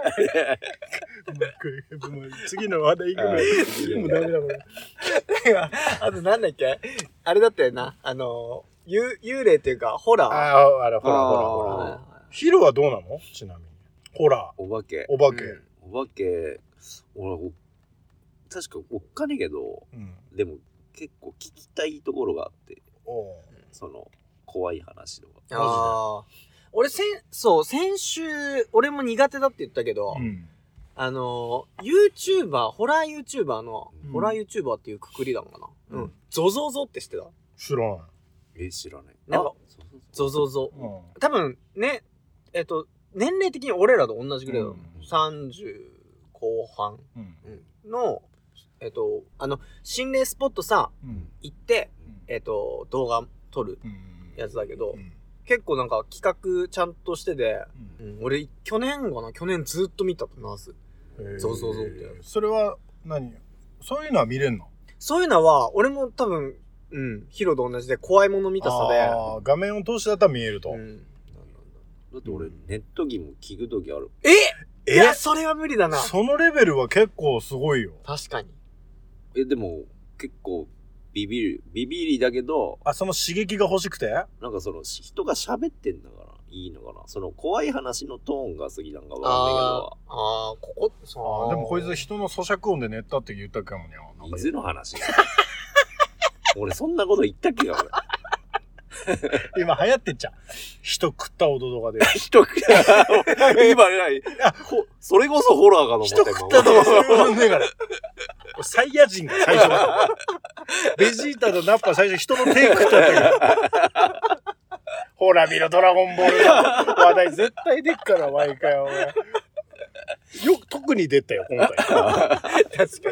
もう次の話題行くのもうダメだこれ。 あとなんだっけあれだったよな。あの、幽幽霊っていうか、ホラー。 ああ、あれ、ほらほらほら。ヒロはどうなのちなみに。ホラー。 お化け。 お化け。 お化け、俺、お確かおっかねえけど、 うん、 でも結構聞きたいところがあって、 おその怖い話とか。 ああ。俺せん、そう、先週、俺も苦手だって言ったけど、 うん、 あの、YouTuber、ホラー YouTuber の、 うん、 ホラー YouTuber っていうくくりだもんかな。うん。ゾゾゾって知ってた？ 知らない。 え、知らない。 なんか、ゾゾゾ。 うん、 多分、ね、えっと、年齢的に俺らと同じぐらいだ、うん、さんじゅう後半の、えっと、あの、心霊スポットさ、うん、行って、えっと、動画撮るやつだけど、うん、結構なんか企画ちゃんとしてて、うんうん、俺、去年かな去年ずっと見たと、ナース。ゾゾゾってやつ。 それは何、そういうのは見れんの？ そういうのは、俺も多分、うん、ヒロと同じで怖いもの見たさで。 ああ、画面を通してだったら見えると。うん、 だって俺、ネット機も聞くときある。 ええいや、それは無理だな。 そのレベルは結構すごいよ。 確かに。 え、でも、結構、ビビる、ビビりだけど、 あ、その刺激が欲しくて？ なんかその、人が喋ってんだから、いいのかな。その、怖い話のトーンが好きなんかわかんないけど。 ああ、ここ、 そう。でもこいつ人の咀嚼音で寝たって言ったっけもにゃ。 いつの話俺、そんなこと言ったっけよ、俺。 今流行ってんじゃん。人食った音とかで。 人食った今ね、それこそホラーかと思って人食ったとかそういうことねえから。サイヤ人が最初だ。ベジータとナッパ最初人の手食ったんだけど。ほら見ろドラゴンボールの話題絶対出っから毎回お前。よく特に出たよ今回。確かに。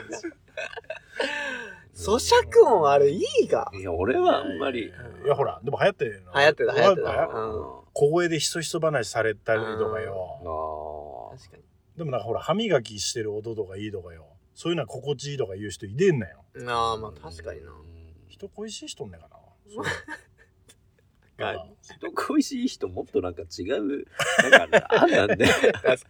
咀嚼音あれいいか。 いや俺はあんまり。 いやほらでも流行ってるの。流行ってた流行ってた。 小声でひそひそ話されたりとかよ。 ああ。 確かに。 でもなんかほら歯磨きしてる音とかいいとかよ。そういうのは心地いいとか言う人いでんなよ。 ああまあ確かにな。 人恋しい人んねえかな。 人恋しい人もっとなんか違うなんかあるんで。 確かに。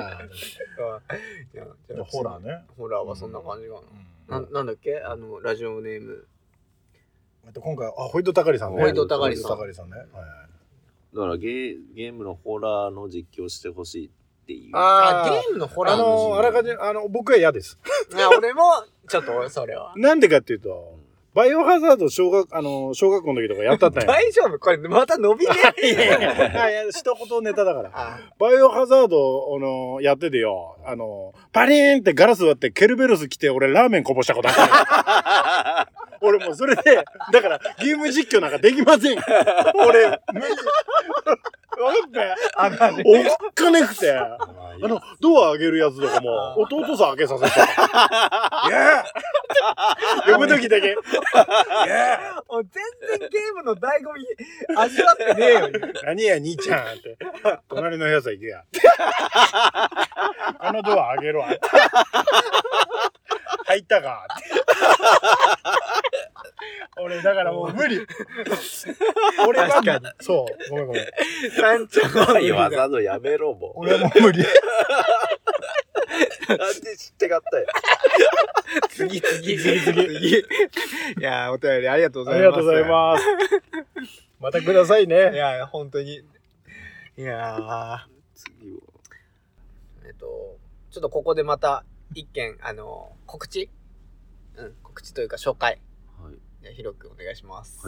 ホラーね。 ホラーはそんな感じかな。ななんだっけあのラジオネーム。 今回あホイットタカリさんね。 ホイットタカリさん。 ホイットタカリさんね。 だからゲーゲームのホラーの実況してほしいっていう。 ああゲームのホラー。 あのあらかじめあの僕は嫌です。 いや俺もちょっとそれは。 なんでかっていうと。バイオハザード小学、あの、小学校の時とかやったったんや。 大丈夫これまた伸びねいやいや、いや、一言ネタだから。バイオハザード、あの、やっててよ、あの、パリーンってガラス割ってケルベロス来て俺ラーメンこぼしたことあった俺もうそれで、だからゲーム実況なんかできません。俺、無理。わかったあかんね。おっかねくて。あの、ドア開けるやつとかも、弟さん開けさせた。いや呼ぶときだけ。いやもう全然ゲームの醍醐味味わってねえよ。 何や、兄ちゃんって。隣の部屋さ行けや。あのドア開けろ。入ったかって。俺、だからもう無理。俺は、そう、ごめんごめん。 なんちゃバイオハザードやめろ、もう。 俺はもう無理。 なんで知ってかったよ。 次、次、次、次。いやー、お便りありがとうございます。 ありがとうございます。またくださいね。 いやー、本当に。いやー。 次は。 えっと、 ちょっとここでまた一件、あのー、告知うん、告知というか紹介。はい。じゃあ、ヒロ君お願いします。 はい。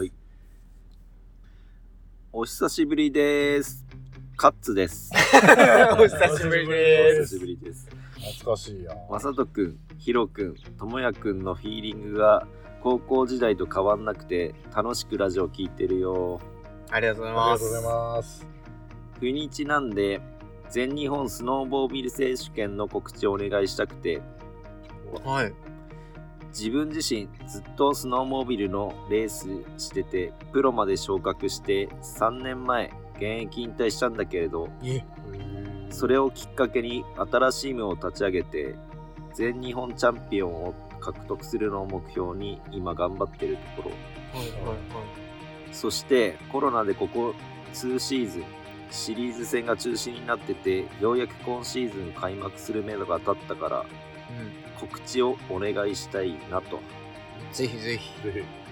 お久しぶりです。カッツです。 お久しぶりです。 お久しぶりです。 懐かしいや。 まさとくん、ヒロくん、ともやくんのフィーリングが高校時代と変わんなくて楽しくラジオ聞いてるよ。 ありがとうございます。 ありがとうございます。 冬日なんで全日本スノーボービル選手権の告知をお願いしたくて。 はい。 自分自身ずっとスノーモービルのレースしててプロまで昇格してさんねんまえ現役引退したんだけれど、それをきっかけに新しい部を立ち上げて全日本チャンピオンを獲得するのを目標に今頑張ってるところ、はいはいはい、そしてコロナでここにシーズンシリーズ戦が中止になっててようやく今シーズン開幕するめどが立ったから、うん、告知をお願いしたいなと。 ぜひぜひ。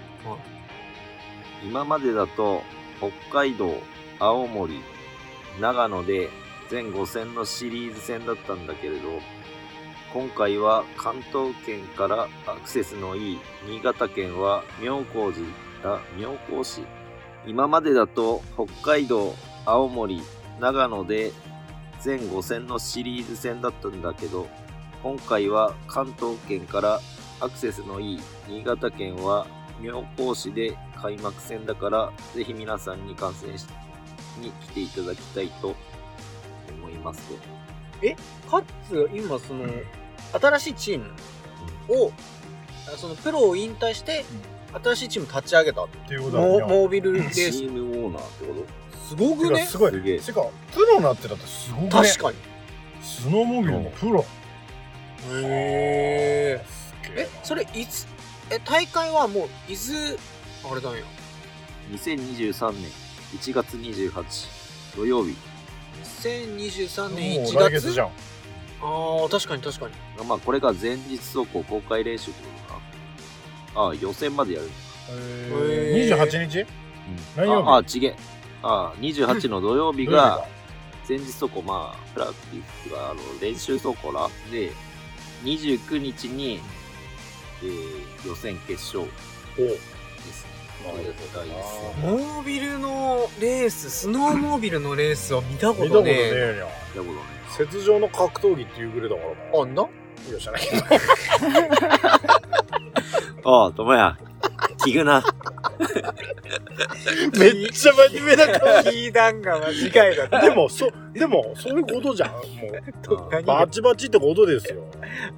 今までだと北海道、青森、長野で全ご戦のシリーズ戦だったんだけれど、今回は関東圏からアクセスのいい新潟県は妙高寺あ妙高市。今までだと北海道、青森、長野で全ご戦のシリーズ戦だったんだけど、今回は関東圏からアクセスのいい新潟県は妙高市で開幕戦だから、ぜひ皆さんに観戦しに来ていただきたいと思いますと。 え、かつ今その、うん、新しいチームを、うん、そのプロを引退して、うん、新しいチーム立ち上げたっていうことだね。モービルレースチームオーナーってことすごくね。 すごい。 すげえ。 てかプロなってだってすごくね。 確かに。 スノーモービルのプロ。 へー。え、それいつえ大会はもう伊豆あれだよ。 にせんにじゅうさんねんいちがつにじゅうはち土曜日。にせんにじゅうさんねんいちがつ。 来月じゃん。 ああ、確かに確かに。 まあこれが前日走行公開練習ってことかな。ああ、予選までやる。 へー。にじゅうはちにち？うん、 何曜日？ああ、ちげ。ああ、にじゅうはちの土曜日が前日走行、まあプラクティスがあの練習走行らで、にじゅうくにちに、えー、予選決勝ですね。 モービルのレース、スノーモービルのレースは見たことねえ。 見たことねえ。雪上の格闘技っていうぐらいだからな。あんな？ いや、知らないけど。ああ、ともや。聞くな。 めっちゃ真面目な顔。 聞いたんが間違いだ。 でも、そ、でも、そういうことじゃん。もう、バチバチってことですよ。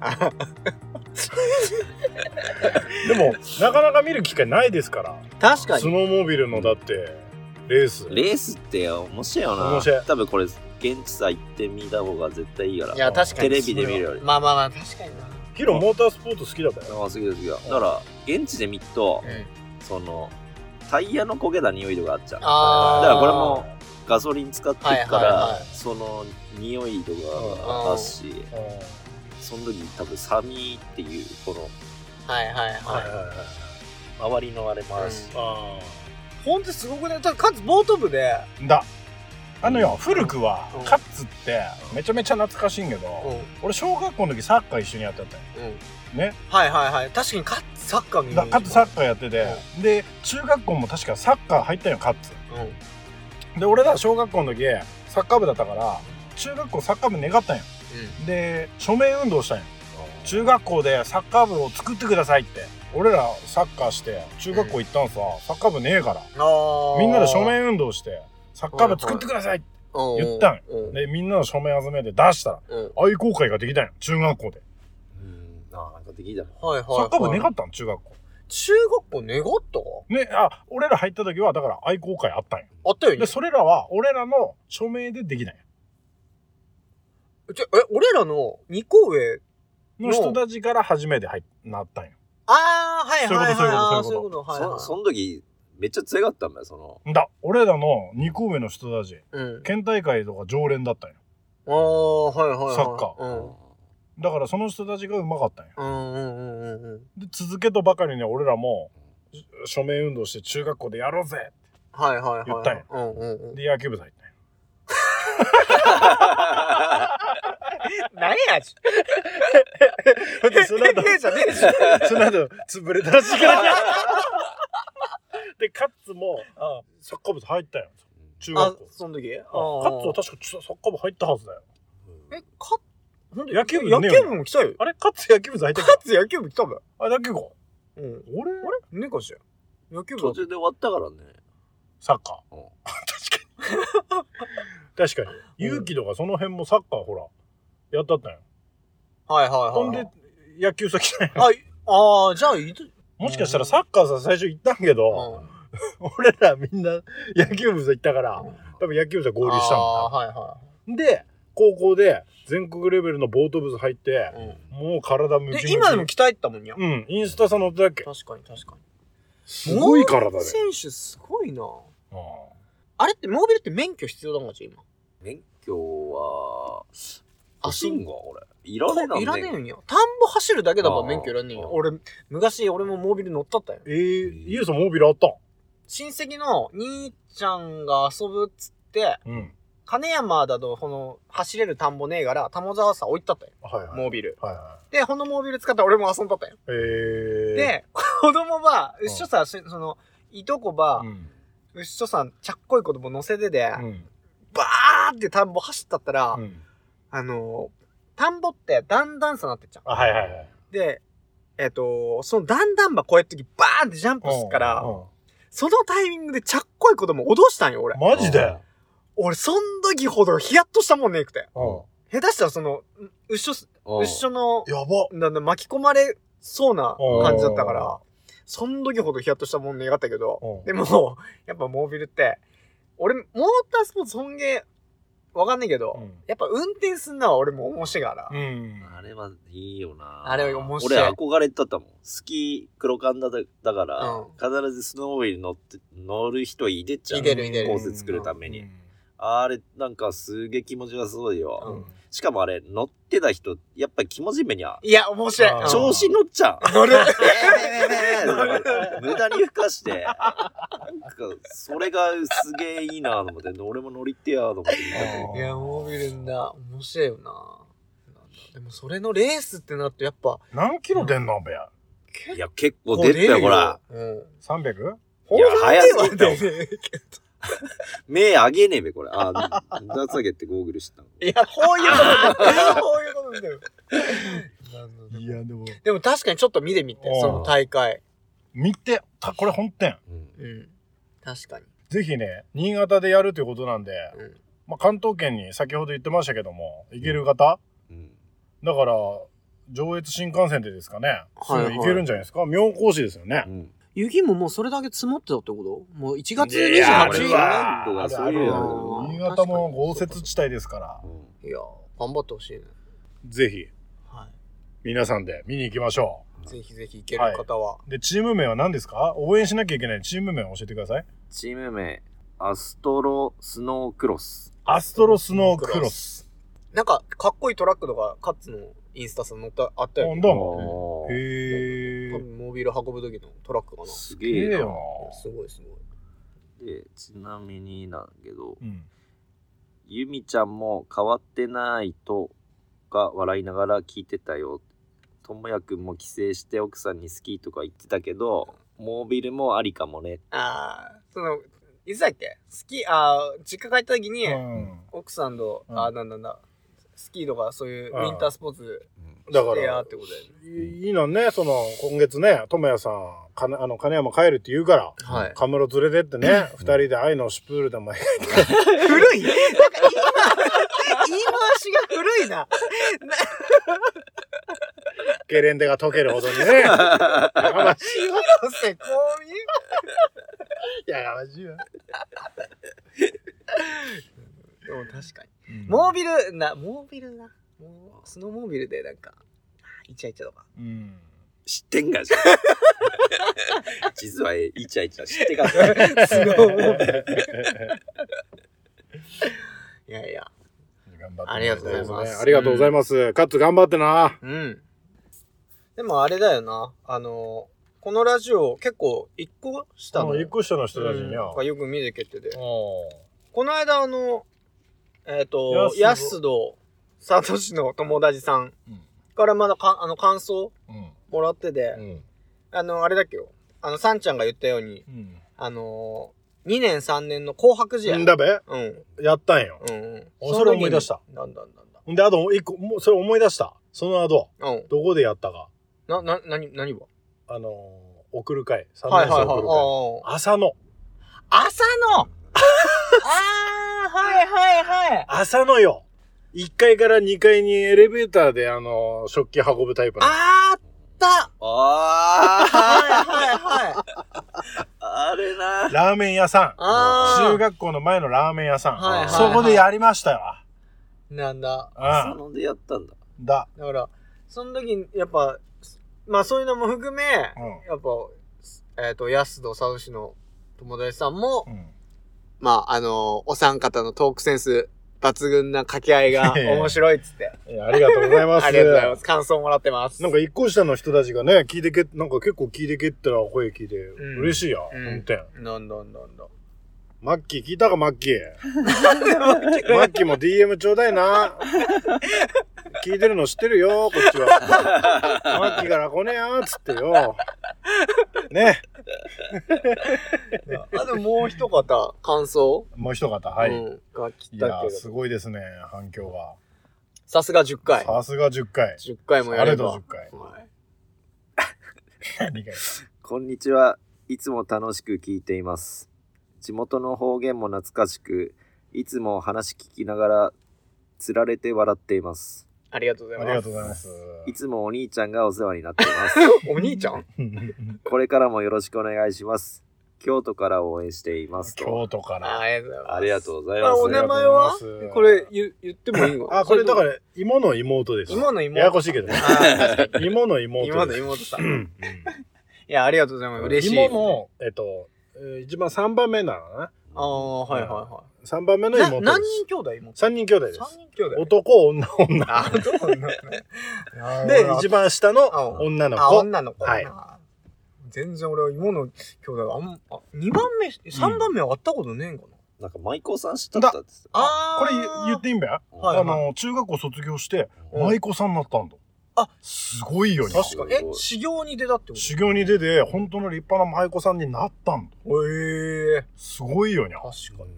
でも、なかなか見る機会ないですから。 確かに。 スノーモービルのだって、レース。 レースって面白いよな。 面白い。 多分これ、現地さ行ってみた方が絶対いいから。 いや、確かに。 テレビで見るより。 まあまあまあ、確かにな。 ヒロ、モータースポーツ好きだったよ。 ああ、好きだ好きだ。だから、現地で見ると、うん、その、タイヤの焦げた匂いとかあっちゃう。あだからこれもガソリン使ってるから、はいはいはい、その匂いとかあったし、その時多分サミーっていうこの、 はいはいはい。 周りのあれもあるし。うん、 あほんとすごくね。かつボート部で。 だ。あのよ、古くは、うん、カッツってめちゃめちゃ懐かしいんけど、うん、俺小学校の時サッカー一緒にやってたよ。うん、ね。 はいはいはい。確かにカッツサッカー見る。カッツサッカーやってて、うん、で、中学校も確かサッカー入ったよ、カッツ。うん、で、俺ら小学校の時、サッカー部だったから、中学校サッカー部願ったんよ。うん、で、署名運動したんよ。うん、中学校でサッカー部を作ってくださいって。俺らサッカーして、中学校行ったんさ、うん、サッカー部ねえから。みんなで署名運動して、サッカー部作ってくださいって言ったんよ。で、みんなの署名集めて出したら、愛好会ができたんよ、中学校で。 うん、ああ、なんかできたの。 はいはい、 サッカー部願ったん、中学校。 中学校願ったね、あ、俺ら入った時は、だから愛好会あったんよ。 あったよね。 で、それらは、俺らの署名でできないよ。 ちょ、え、俺らの二校上の人たちから初めて入なったんよ。 ああ、はいはいはい。 そういうこと、 そういうこと。はいはい。 その時、めっちゃ強かったんだよ、その。 だ、俺らのに校上の人たち、うん、県大会とか常連だったんよ。 ああ、はいはいはい。 サッカー。うん、だからその人たちがうまかったんよ。 うんうんうんうん。で、 続けとばかりね、俺らも、署名運動して中学校でやろうぜってはいはいはい。 言ったんよ。 うんうんうん。 で、野球部入ったんよ。 何やじで、その後、 じゃねえじゃん。 その後、潰れたらしいから。で、カッツも、サッカー部入ったよ。中学校。 あ、その時カッツは確かサッカー部入ったはずだよ。 え、か、ほんと野球部野球部も来たよ。 あれカッツ野球部入ったカッツ野球部来たべ。 あ、野球部うん。 俺あれねえかしら。野球部途中で終わったからね。 サッカー。 うん確かに。確かに。勇気とかその辺もサッカーほら、やったったんよ。 はいはいはい。 ほんで、野球先なんよ。 あ、ああ、じゃあ、いつ、 もしかしたらサッカーさ、最初行ったんけど、俺らみんな野球部さ行ったから、多分野球部さ合流したんだ。 はいはで、高校で全国レベルのボート部入って、もう体ムキムキ。 で、今でも鍛えてたもんや。 うん、インスタさ載ってたっけ。 確かに確かに。 すごい体で。 モービル選手すごいな。あれってモービルって免許必要だもんじゃ今。 免許は、走んが俺。いらねえな。 いらねえんや。田んぼ走るだけだから免許いらねえんや。俺、昔俺もモービル乗ったったよ。 えー、イエスモービルあったん？ 親戚の兄ちゃんが遊ぶっつって、うん、金山だとこの走れる田んぼねえから玉沢さ置いてあったよ、はいはい、モービル、はいはい、でこのモービル使ったら俺も遊んだったよ、えー、で子供はうっしょさ、うん、そのいとこば、うん、うっしょさんちゃっこい子供乗せてで、うん、バーって田んぼ走ったったら、うん、あの田んぼって段々差なってっちゃう、はいはいはい、でえっ、ー、とその段々ばこうやって時バーンってジャンプするから、うんうん、そのタイミングでちゃっこい子供脅したんよ、俺。 マジで？ 俺、そん時ほどヒヤッとしたもんねえくて。下手したらその、うっしょ、うっしょの、 やば。 なんだ、巻き込まれそうな感じだったから、そん時ほどヒヤッとしたもんねえかったけど、でも、やっぱモービルって、俺、モータースポーツ尊敬、わかんないけど、うん、やっぱ運転すんのは俺も面白いから。うん。 あれはいいよな。 あれは面白い。 俺憧れてたもん。スキー黒缶だだから、うん、必ずスノーウィル乗って、乗る人いでっちゃう。 いでるいでる。 コース作るために。うん、あれ、なんかすげえ気持ちがすごいよ。うん、しかもあれ、乗ってた人、やっぱり気持ち目には。 いや、面白い。 調子乗っちゃう。乗る。無駄に吹かして。なんか、それがすげえいいなと思って、俺も乗りてやと思って見たけど。 いや、モービルんだ。面白いよな。でもそれのレースってなってやっぱ。 何キロ出んのべや。 いや、結構出たよ、ほら。 うん。さんびゃく？ いや、早すぎたよ。目上げねえべ、これ。あ、ダツアゲってゴーグルしたの。 いや、こういうことだよ。こういうことだよ。 いや、でも。 でも確かにちょっと見てみて、その大会。 見て、た、これ本店。 うん。うん。確かに。 ぜひね、新潟でやるということなんで、うん、まあ関東圏に先ほど言ってましたけども、行ける方、うん、だから、上越新幹線でですかね、すぐ行けるんじゃないですか。妙高市ですよね。うん、 雪ももうそれだけ積もってたってこと？もういちがつにじゅうはちにちはそういうの。新潟も豪雪地帯ですから。 いや、頑張ってほしいね。 ぜひ、はい、皆さんで見に行きましょう。ぜひぜひ行ける方は。 はい、で、チーム名は何ですか？応援しなきゃいけないチーム名を教えてください。 チーム名、アストロスノークロス。 アストロスノークロス。 なんか、かっこいいトラックとか、カッツのインスタさん乗った、あったよね。 どうも。へー。 多分、モービル運ぶ時のトラックかな。 すげえな。 すごいすごい。で、ちなみになんだけど、うん、ユミちゃんも変わってないとか笑いながら聞いてたよ。ともやくんも帰省して奥さんにスキーとか言ってたけど、モービルもありかもね。 ああ、その、いつだっけスキー、ああ、実家帰った時に、うん、奥さんと、うん、ああ、なんだなんだ、スキーとかそういうウィンタースポーツしてやってことで、 ね。いいのね、その、今月ね、ともやさん、かあの、金山帰るって言うから、はい、カムロ連れてってね、二、うん、人で愛のシュプールでも描いて。 古いなんか今、言い回しが古いな。 ゲレンデが溶けるほどにね。やがましいわ。 せこみやがましいわ。 でも確かに。うん、モービル、な、モービルな。もうスノーモービルでなんか、イチャイチャとか。 うん、知ってんがじゃん。実はイチャイチャ知ってかスノーモービル。いやいや。 頑張ってありがとうございます。ありがとうございます。カッツ頑張ってな。 うん。でもあれだよな。あの、このラジオ結構一個下の。 一個下の人たちには。 うん、よく見てけってて。この間あの、えっ、ー、と、ヤスドサトシの友達さんからまだかあの感想もらってて、うん、あのあれだっけよ、あのサンちゃんが言ったように、うん、あのー、にねんさんねんの紅白試合、 んだべ、うん、やったんよ、うんうん、それ思い出した。 なんだなんだ。 んであと一個それ思い出した。その後、うん、どこでやったか。 なな何何はあのー、送る会、さんねん生送る会、はいはいはい、浅野浅野ああはいはいはい。 浅野よ。いっかいからにかいにエレベーターであのー、食器運ぶタイプの。 あーったあーはいはいはい。 あれな。 ラーメン屋さん。中学校の前のラーメン屋さん。はいはいはい、そこでやりましたよ。 なんだ。 浅野でやったんだ。 だ。 だから、その時に、やっぱ、まあそういうのも含め、うん、やっぱ、えっ、ー、と、安戸サウシの友達さんも、うん、まあ、あのー、お三方のトークセンス抜群な掛け合いが面白いっつって。 いや、ありがとうございます。 ありがとうございます。感想もらってます。 なんか一個下の人たちがね、聞いてけ、なんか結構聞いてけったら声聞いて、うん、嬉しいや、うん、ほんとや。 なんだなんだ。 マッキー聞いたか、マッキー。マッキーも ディーエム ちょうだいな。聞いてるの知ってるよ、こっちは。マッキーから来ねえや、つってよ。ね。 あ、でももう一方、感想もう一方、はい。うん、 が来たけど。いや、 すごいですね、反響が。 さすがじゅっかい。 さすがじゅっかい。 じゅっかいもやれば。 あれとじゅっかい。はい、 こんにちは。いつも楽しく聞いています。地元の方言も懐かしく、いつも話聞きながらつられて笑っています。 ありがとうございます。 ありがとうございます。 いつもお兄ちゃんがお世話になっています。 お兄ちゃんこれからもよろしくお願いします。京都から応援していますと。 京都から。 ありがとうございます。 ありがとうございます。 お名前はこれ言言ってもいいの？ あ、これだから妹の妹です。 妹の妹。 ややこしいけどね。妹の妹です。 妹の妹さん。いや、ありがとうございます。嬉しい。 妹の、えっと、一番さんばんめなのね。 ああ、はいはいはい。 さんばんめの妹です。 何人兄弟妹？ さんにん兄弟です。 さんにん兄弟。 男、女、女。 あ、男、女。 で、一番下の女の子。 あ、女の子。 はい。 全然俺は妹の兄弟があん、あ、にばんめ、さんばんめは会ったことねえんかな。なんか舞妓さん知ったったって。 あ、これ言っていいんべ？あの、中学校卒業して、舞妓さんになったんだ。 あ、 すごいよね。 確かに。え、修行に出たってこと？ 修行に出て、本当の立派な舞妓さんになったんだ。 へえ。 すごいよね。 確かに。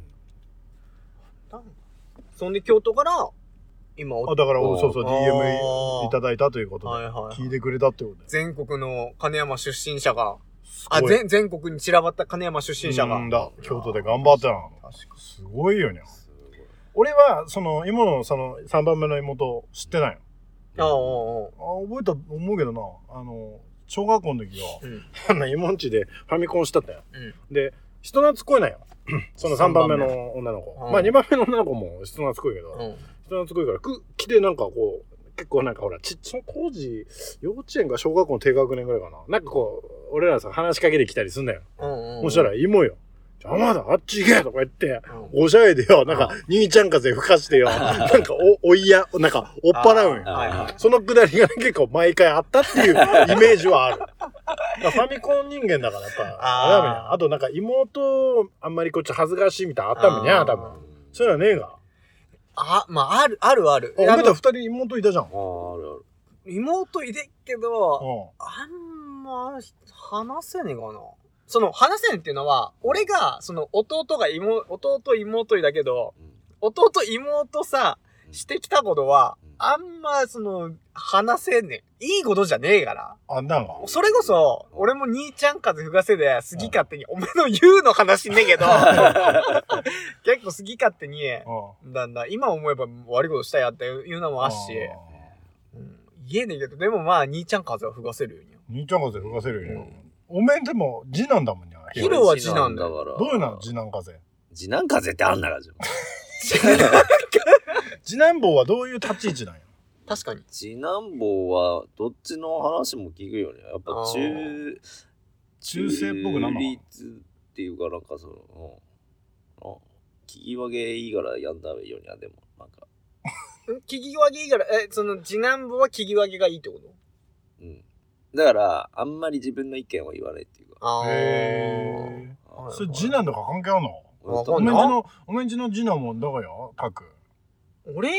そんで京都から、今、 あ、だから、そうそう、ディーエム いただいたということで、聞いてくれたってことで。 全国の金山出身者が、あ、全、全国に散らばった金山出身者が。 うんだ、京都で頑張ってたの。確かすごいよね。俺は、その、妹の、その、さんばんめの妹知ってないの。ああ、覚えたと思うけどな、あの、小学校の時は、あの、妹んちでファミコンしたったよ。で、人懐っこいなよ。そのさんばんめの女の子。まあにばんめの女の子も人懐っこいけど、人懐っこいから、く、来てなんかこう、結構なんかほら、ち、その当時、幼稚園か小学校の低学年ぐらいかな。なんかこう、俺らさ、話しかけてきたりすんだよ。そしたら、妹よ。邪魔だ、あっち行けとか言って、おしゃれでよ、なんか、兄ちゃん風吹かしてよ、なんか、お、おいや、なんか、追っ払うんよ。そのくだりが結構毎回あったっていうイメージはある。ファミコン人間だから、やっぱ、ああとなんか、妹、あんまりこっち恥ずかしいみたいなあったもんね、多分。そういうのはねえが。 あ、まあ、ある、あるある。 おめで二人妹いたじゃん。ああ、 あるある。 妹いてっけど、あんま、話せねえかな。その、話せんっていうのは、俺が、その、弟が妹、弟妹いだけど、弟妹さ、してきたことは、あんま、その、話せんねん。いいことじゃねえから。 あ、なんか。 それこそ、俺も兄ちゃん風吹かせで、好き勝手に、おめの言うの話ねえけど、結構好き勝手に、だんだん、今思えば悪いことしたやっていうのもあるし、言えねえけど、でもまあ、兄ちゃん風は吹かせるよ。 兄ちゃん風吹かせるよ。おめんでも次男だもんね。 ヒロは次男だから。 どういうの次男風。 次男風ってあんなかじゃん。 次男坊はどういう立ち位置なんや。 確かに。 次男坊はどっちの話も聞くよね。やっぱ中、 中性っぽくなるの立っていうかなんかその、うん、聞き分けいいからやんだよにはでもなんか。 聞き分けいいから、え、その次男坊は聞き分けがいいってこと？ うん。だから、あんまり自分の意見は言わないっていうか。 あへー。それ次男とか関係あるの？おめんちの、おめんちの次男もどこよ？タク。 俺ん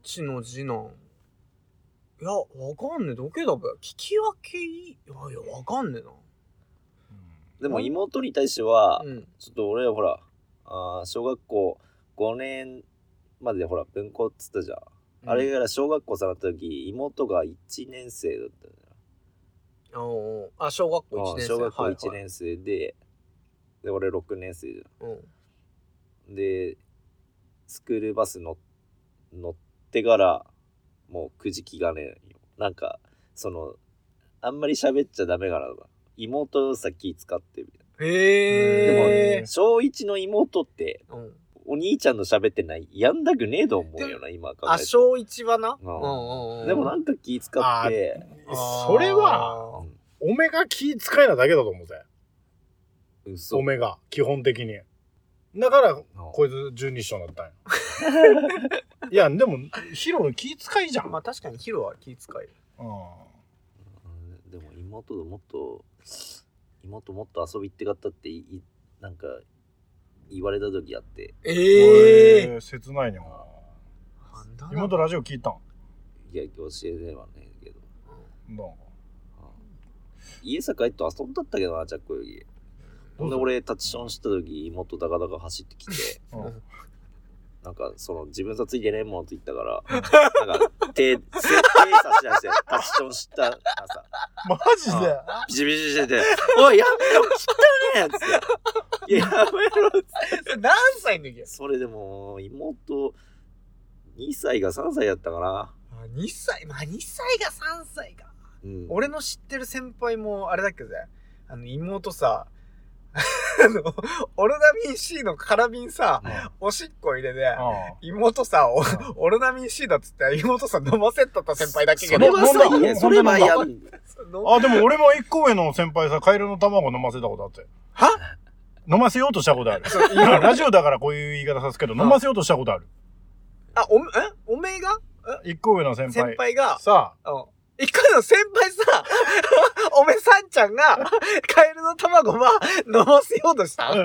ちの次男。いや、わかんねえ。どけだべ。聞き分けいい。いや、いや、わかんねえな。 でも妹に対しては、 うん、 ちょっと俺はほら、あ小学校ごねんまでほら、文庫っつったじゃん。うん、あれから小学校さんだった時、妹がいちねん生だったじゃん。おあ、小学校いちねん生。 小学校いちねん生で、はいはい、で、俺ろくねん生じゃん。うん、で、スクールバス乗ってから、もうくじきがねえよ。なんか、その、あんまり喋っちゃダメかな。妹さ気使ってみたいな。へえ。でも、小いちの妹って、うん、お兄ちゃんの喋ってない、やんだくねえと思うよな、今考えて。 あ、小いちはな、 うんうんうん、でもなんか気使って。 それは、おめが気使いなだけだと思うぜ。 嘘。 おめが、基本的に。だから、こいつじゅうに章になったんよ。いや、でも、ヒロ気遣いじゃん。 まあ確かにヒロは気遣い。 うん。 でも妹ともっと、妹もっと遊び行ってかったってい、なんか、言われた時あって。 ええー。 切ないね。妹ラジオ聞いたん？ いや、教えではねえけど。 うん。どう？ 家さ帰って遊んだったけどな、ジャックより。ほんで俺タッチションした時妹ダカダカ走ってきて、うん、なんかその自分さついてねえもんって言ったからなんか手手差し出してタッチションしたらさマジでビシビシしてておいやめろ汚ねえやついややめろっつって何歳の時やそれでも妹にさいがさんさいだったかな。 あにさいまあにさいがさんさいか、うん、俺の知ってる先輩もあれだけどね、あの妹さあの、オロナミン C のカラビンさ、うん、おしっこ入れて、うん、妹さ、うん、オロナミン C だっつって妹さ飲ませとった先輩だけがそれはさ、いや、それはやる。 あ、でも俺も一個上の先輩さ、カエルの卵飲ませたことあって。 は飲ませようとしたことある。今、ラジオだからこういう言い方さすけど、飲ませようとしたことある。 あ、お、えおめえが一個上の先輩。 先輩が、 さあ、 うん一個の先輩さ、おめさんちゃんが、カエルの卵は飲ませようとした、うん、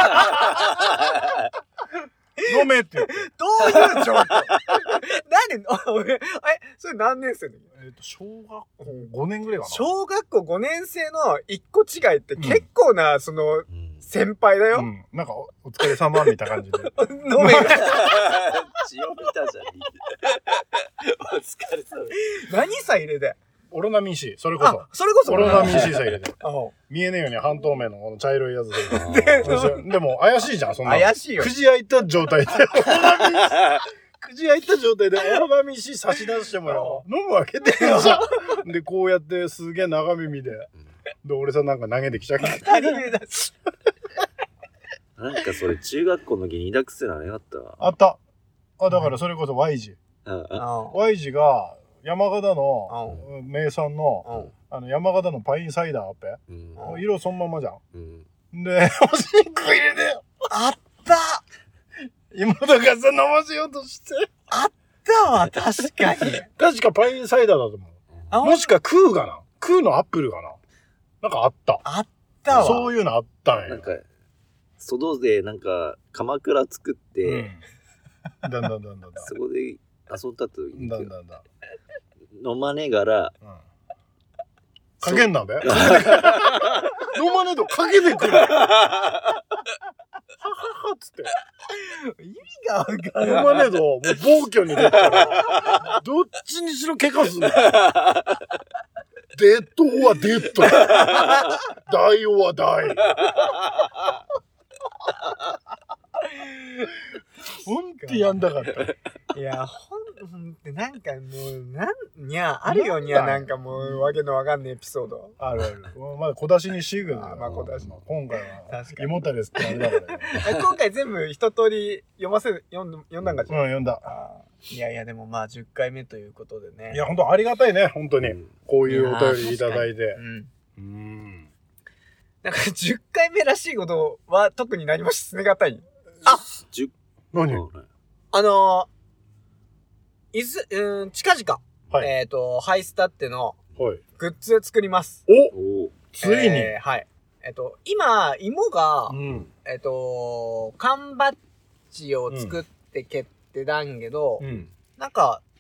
飲めって言って。 どういう状況何おめえ、え、それ何年生の時？ えっと、小学校ごねんぐらいかな。 小学校ごねん生の一個違いって結構な、うん、その、先輩だよ。 うん。なんかお、お疲れ様みたいな感じで。 飲めが。 血を見たじゃん。お疲れ様。 何さ入れてオロナミン C、それこそ。 あ、それこそオロナミン C さ入れて。見えねえように半透明のこの茶色いやつで。でも怪しいじゃん、そんな。 怪しいよ。 くじ開いた状態で。くじ開いた状態でオロナミン C 差し出してもよ。飲むわけでじゃん。で、こうやってすげえ長耳で。で、俺さなんか投げてきちゃう。 二人目だし。 なんかそれ中学校の時に抱くせなあれあったわ。 あった。あ、だからそれこそ Y 字。Y 字が山形の名産のあの山形のパインサイダーあっぺ。色そのままじゃん。で、おしっこ入れて。 あった妹がさ飲ませようとして。 あったわ、確かに。 確かパインサイダーだと思う。もしかクーかなクーのアップルかななんかあった。 あったわ。 そういうのあったんや。 なんか、外でなんか、鎌倉作って、 うん、だんだんだんだんだん。 そこで遊んだった時に、 だんだんだん。飲まねえから、うん、 かけんなんだよ。飲まねえとかけてくる。はははっつって。 意味がわかんない。 飲まねえと、もう暴挙に出たら、どっちにしろ怪我すんだよ。デッドはデッド。大王は大。ほんとやんだかった。 いや、ほん、ほんってなんかもう、なんにゃ、あるよにゃ、なんかもう、わけのわかんないエピソード。 あるある。まだ小出しにしぐだよ。まあ小出し。 今回は、胃もたれですってあれだからね。 今回全部一通り読ませ、読ん読んだんかじゃん。 うん、読んだ。 いやいや、でもまあじゅっかいめということでね。 いや、ほんとありがたいね、ほんとに。こういうお便りいただいて。うん。うん。 なんかじゅっかいめらしいことは特に何もしがたい。あじゅう何あのー、いず、うん、近々、はい、えっ、ー、と、ハイスタってのグッズ作ります。 おついに、 えー、はい。えっ、ー、と、今、芋が、うん、えっ、ー、と、缶バッジを作ってけってだんけど、うん、なんか、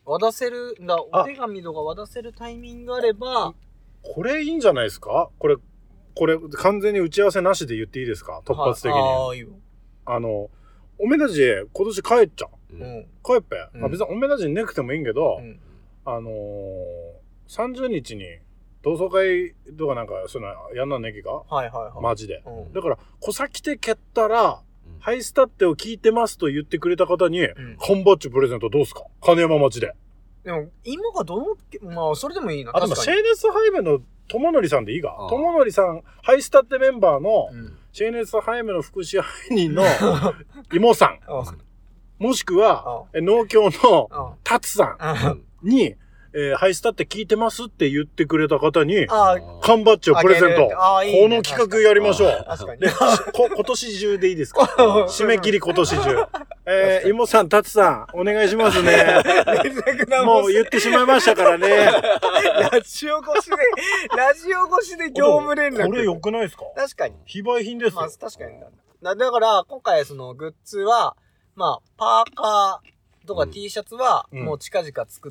渡せるんだ、お手紙とか渡せるタイミングがあれば、 これいいんじゃないですか。これこれ完全に打ち合わせなしで言っていいですか、突発的に。 ああ、いいよ。 あのおめだじ今年帰っちゃう、うん、帰っぺ、うん、まあ、別におめだじねくてもいいんけど、うん、あのー、さんじゅうにちに同窓会とかなんかそういうのやんなんねきか、 はいはいはい、 マジで、うん、だから小先で蹴ったら、うん、ハイスタッテを聞いてますと言ってくれた方に、うん、缶バッジプレゼントどうすか、金山町で。 でも今がどの、まあそれでもいいな。 あ、でもシェーネスハイメの友則さんでいいが、友則さんハイスタッテメンバーの、うん、シェーネスハイメの副支配人の妹さんもしくは農協のタツさんに、えー、ハイスタって聞いてますって言ってくれた方に缶バッジをプレゼント。いいね、この企画やりましょう。 確かに。 こ今年中でいいですか締め切り今年中。えー、妹さん、タツさん、お願いしますね。もう言ってしまいましたからね。 ラジオ越しで、ラジオ越しで業務連絡。 これ良くないですか。 確かに。 非売品ですよ。 まあ、確かにだ。だから、今回そのグッズは、まあ、パーカーとか T シャツは、もう近々作って、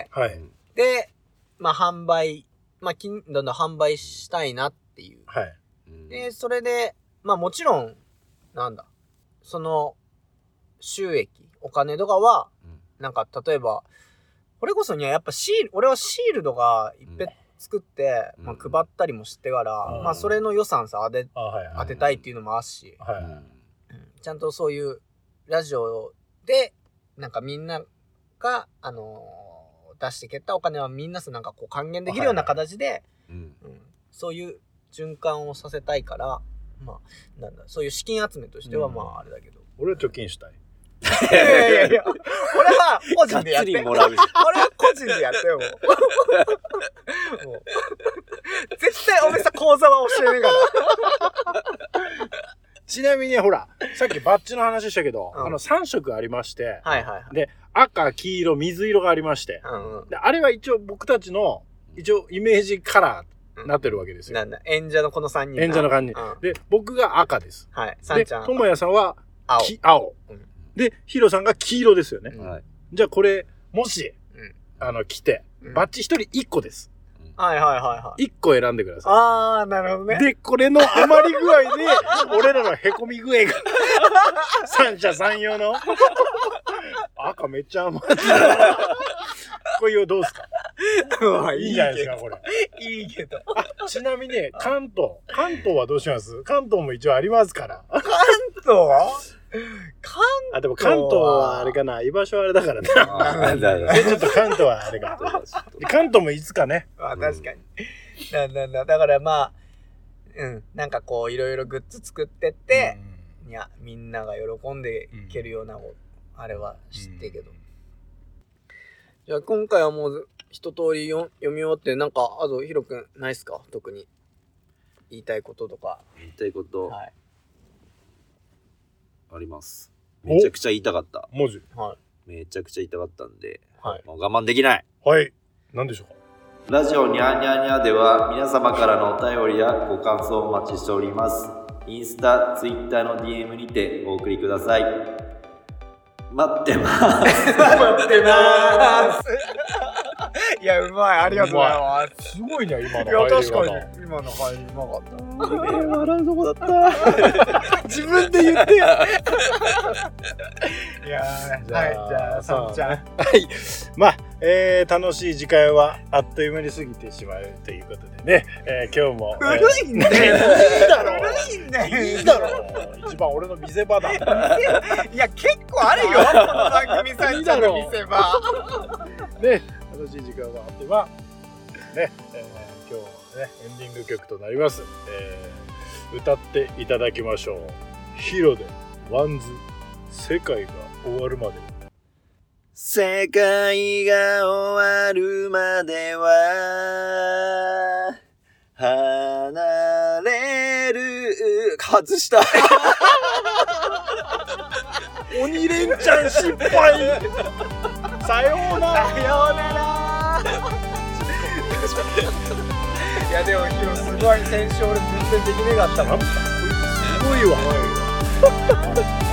うん、はい。 で、まあ、販売、まあ、どんどん販売したいなっていう。 はい。 で、それで、まあ、もちろん、なんだ、その、収益、お金とかは、なんか、例えば、これこそにはやっぱシール、俺はシールドがいっぺん作って、まあ、配ったりもしてから、まあ、それの予算さ、当て、当てたいっていうのもあるし、ちゃんとそういう、ラジオで、なんかみんなが、あのー、出してけったお金はみんなすなんかこう還元できるような形で、そういう循環をさせたいから、まあ、なんだ、そういう資金集めとしてはまああれだけど。 俺は貯金したい。 いやいやいや、俺は個人でやって。俺は個人でやってよ、もう。もう絶対おめさ口座は教えねえから。 ちなみにほら、さっきバッジの話したけど、うん、あのさん色ありまして、 はいはいはい、 で、赤、黄色、水色がありまして、 うんうん、 であれは一応僕たちの、一応イメージカラーになってるわけですよ。 うん、なんだ、演者のこのさんにん。 演者のさんにん、うん。で、僕が赤です。 はい、さんちゃん。 で、ともやさんは青。 青。うん、で、ヒロさんが黄色ですよね。 うん、 じゃあこれ、もし、うん、あの、来て、バッジ一人一個です。 はいはいはいはい。 一個選んでください。 あー、なるほどね。 で、これの余り具合で、俺らの凹み具合が、三者三様の、赤めっちゃ余ってる。これどうすかいいんじゃないですか、これ。 いいけど。 あ、ちなみに、関東。関東はどうします？関東も一応ありますから。 関東関あ、でも関東はあれかな、居場所はあれだからね。 あちょっと関東はあれか。関東もいつかね。 あ、確かに。なんだんだ。だからまあ、うん、なんかこういろいろグッズ作ってって、うん、いや、みんなが喜んでいけるような、うん、あれは知ってけど。うん、じゃあ今回はもう一通り読み終わって、なんか、あとヒロ君ないっすか？特に言いたいこととか。 言いたいこと。 はい。 あります。めちゃくちゃ言いたかった。 マジ？ はい。 めちゃくちゃ言いたかったんで、 はい、 もう我慢できない。 はい。何でしょうか？ ラジオニャーニャーニャーでは皆様からのお便りやご感想をお待ちしております。インスタ、ツイッターの ディーエム にてお送りください。待ってます。 待ってまーす。いや、うまい。ありがとうございます。 すごいね、今の入り。 いや、確かに。今の入りうまかった。 えー、笑うとこだった。 自分で言ってよ。 いやー、じゃあ、はい、じゃあ、さんちゃん。はい。 まあ、えー、楽しい時間はあっという間に過ぎてしまうということでね、えー、今日も。 古いんだよ。 いいだろ。 古いんだよ。 いいだろ。一番俺の見せ場だ。 いや、結構あるよ。この番組さんちゃんの見せ場。 ね、楽しい時間があっては、ね、えー、今日はね、エンディング曲となります。えー、歌っていただきましょう。ヒロでワンズ、世界が終わるまで。 世界が終わるまでは離れる。外した。 鬼レンチャン失敗。さようなら。 さようなら。いやでもヒロすごい、先週俺全然できなかったもん。 すごいわ。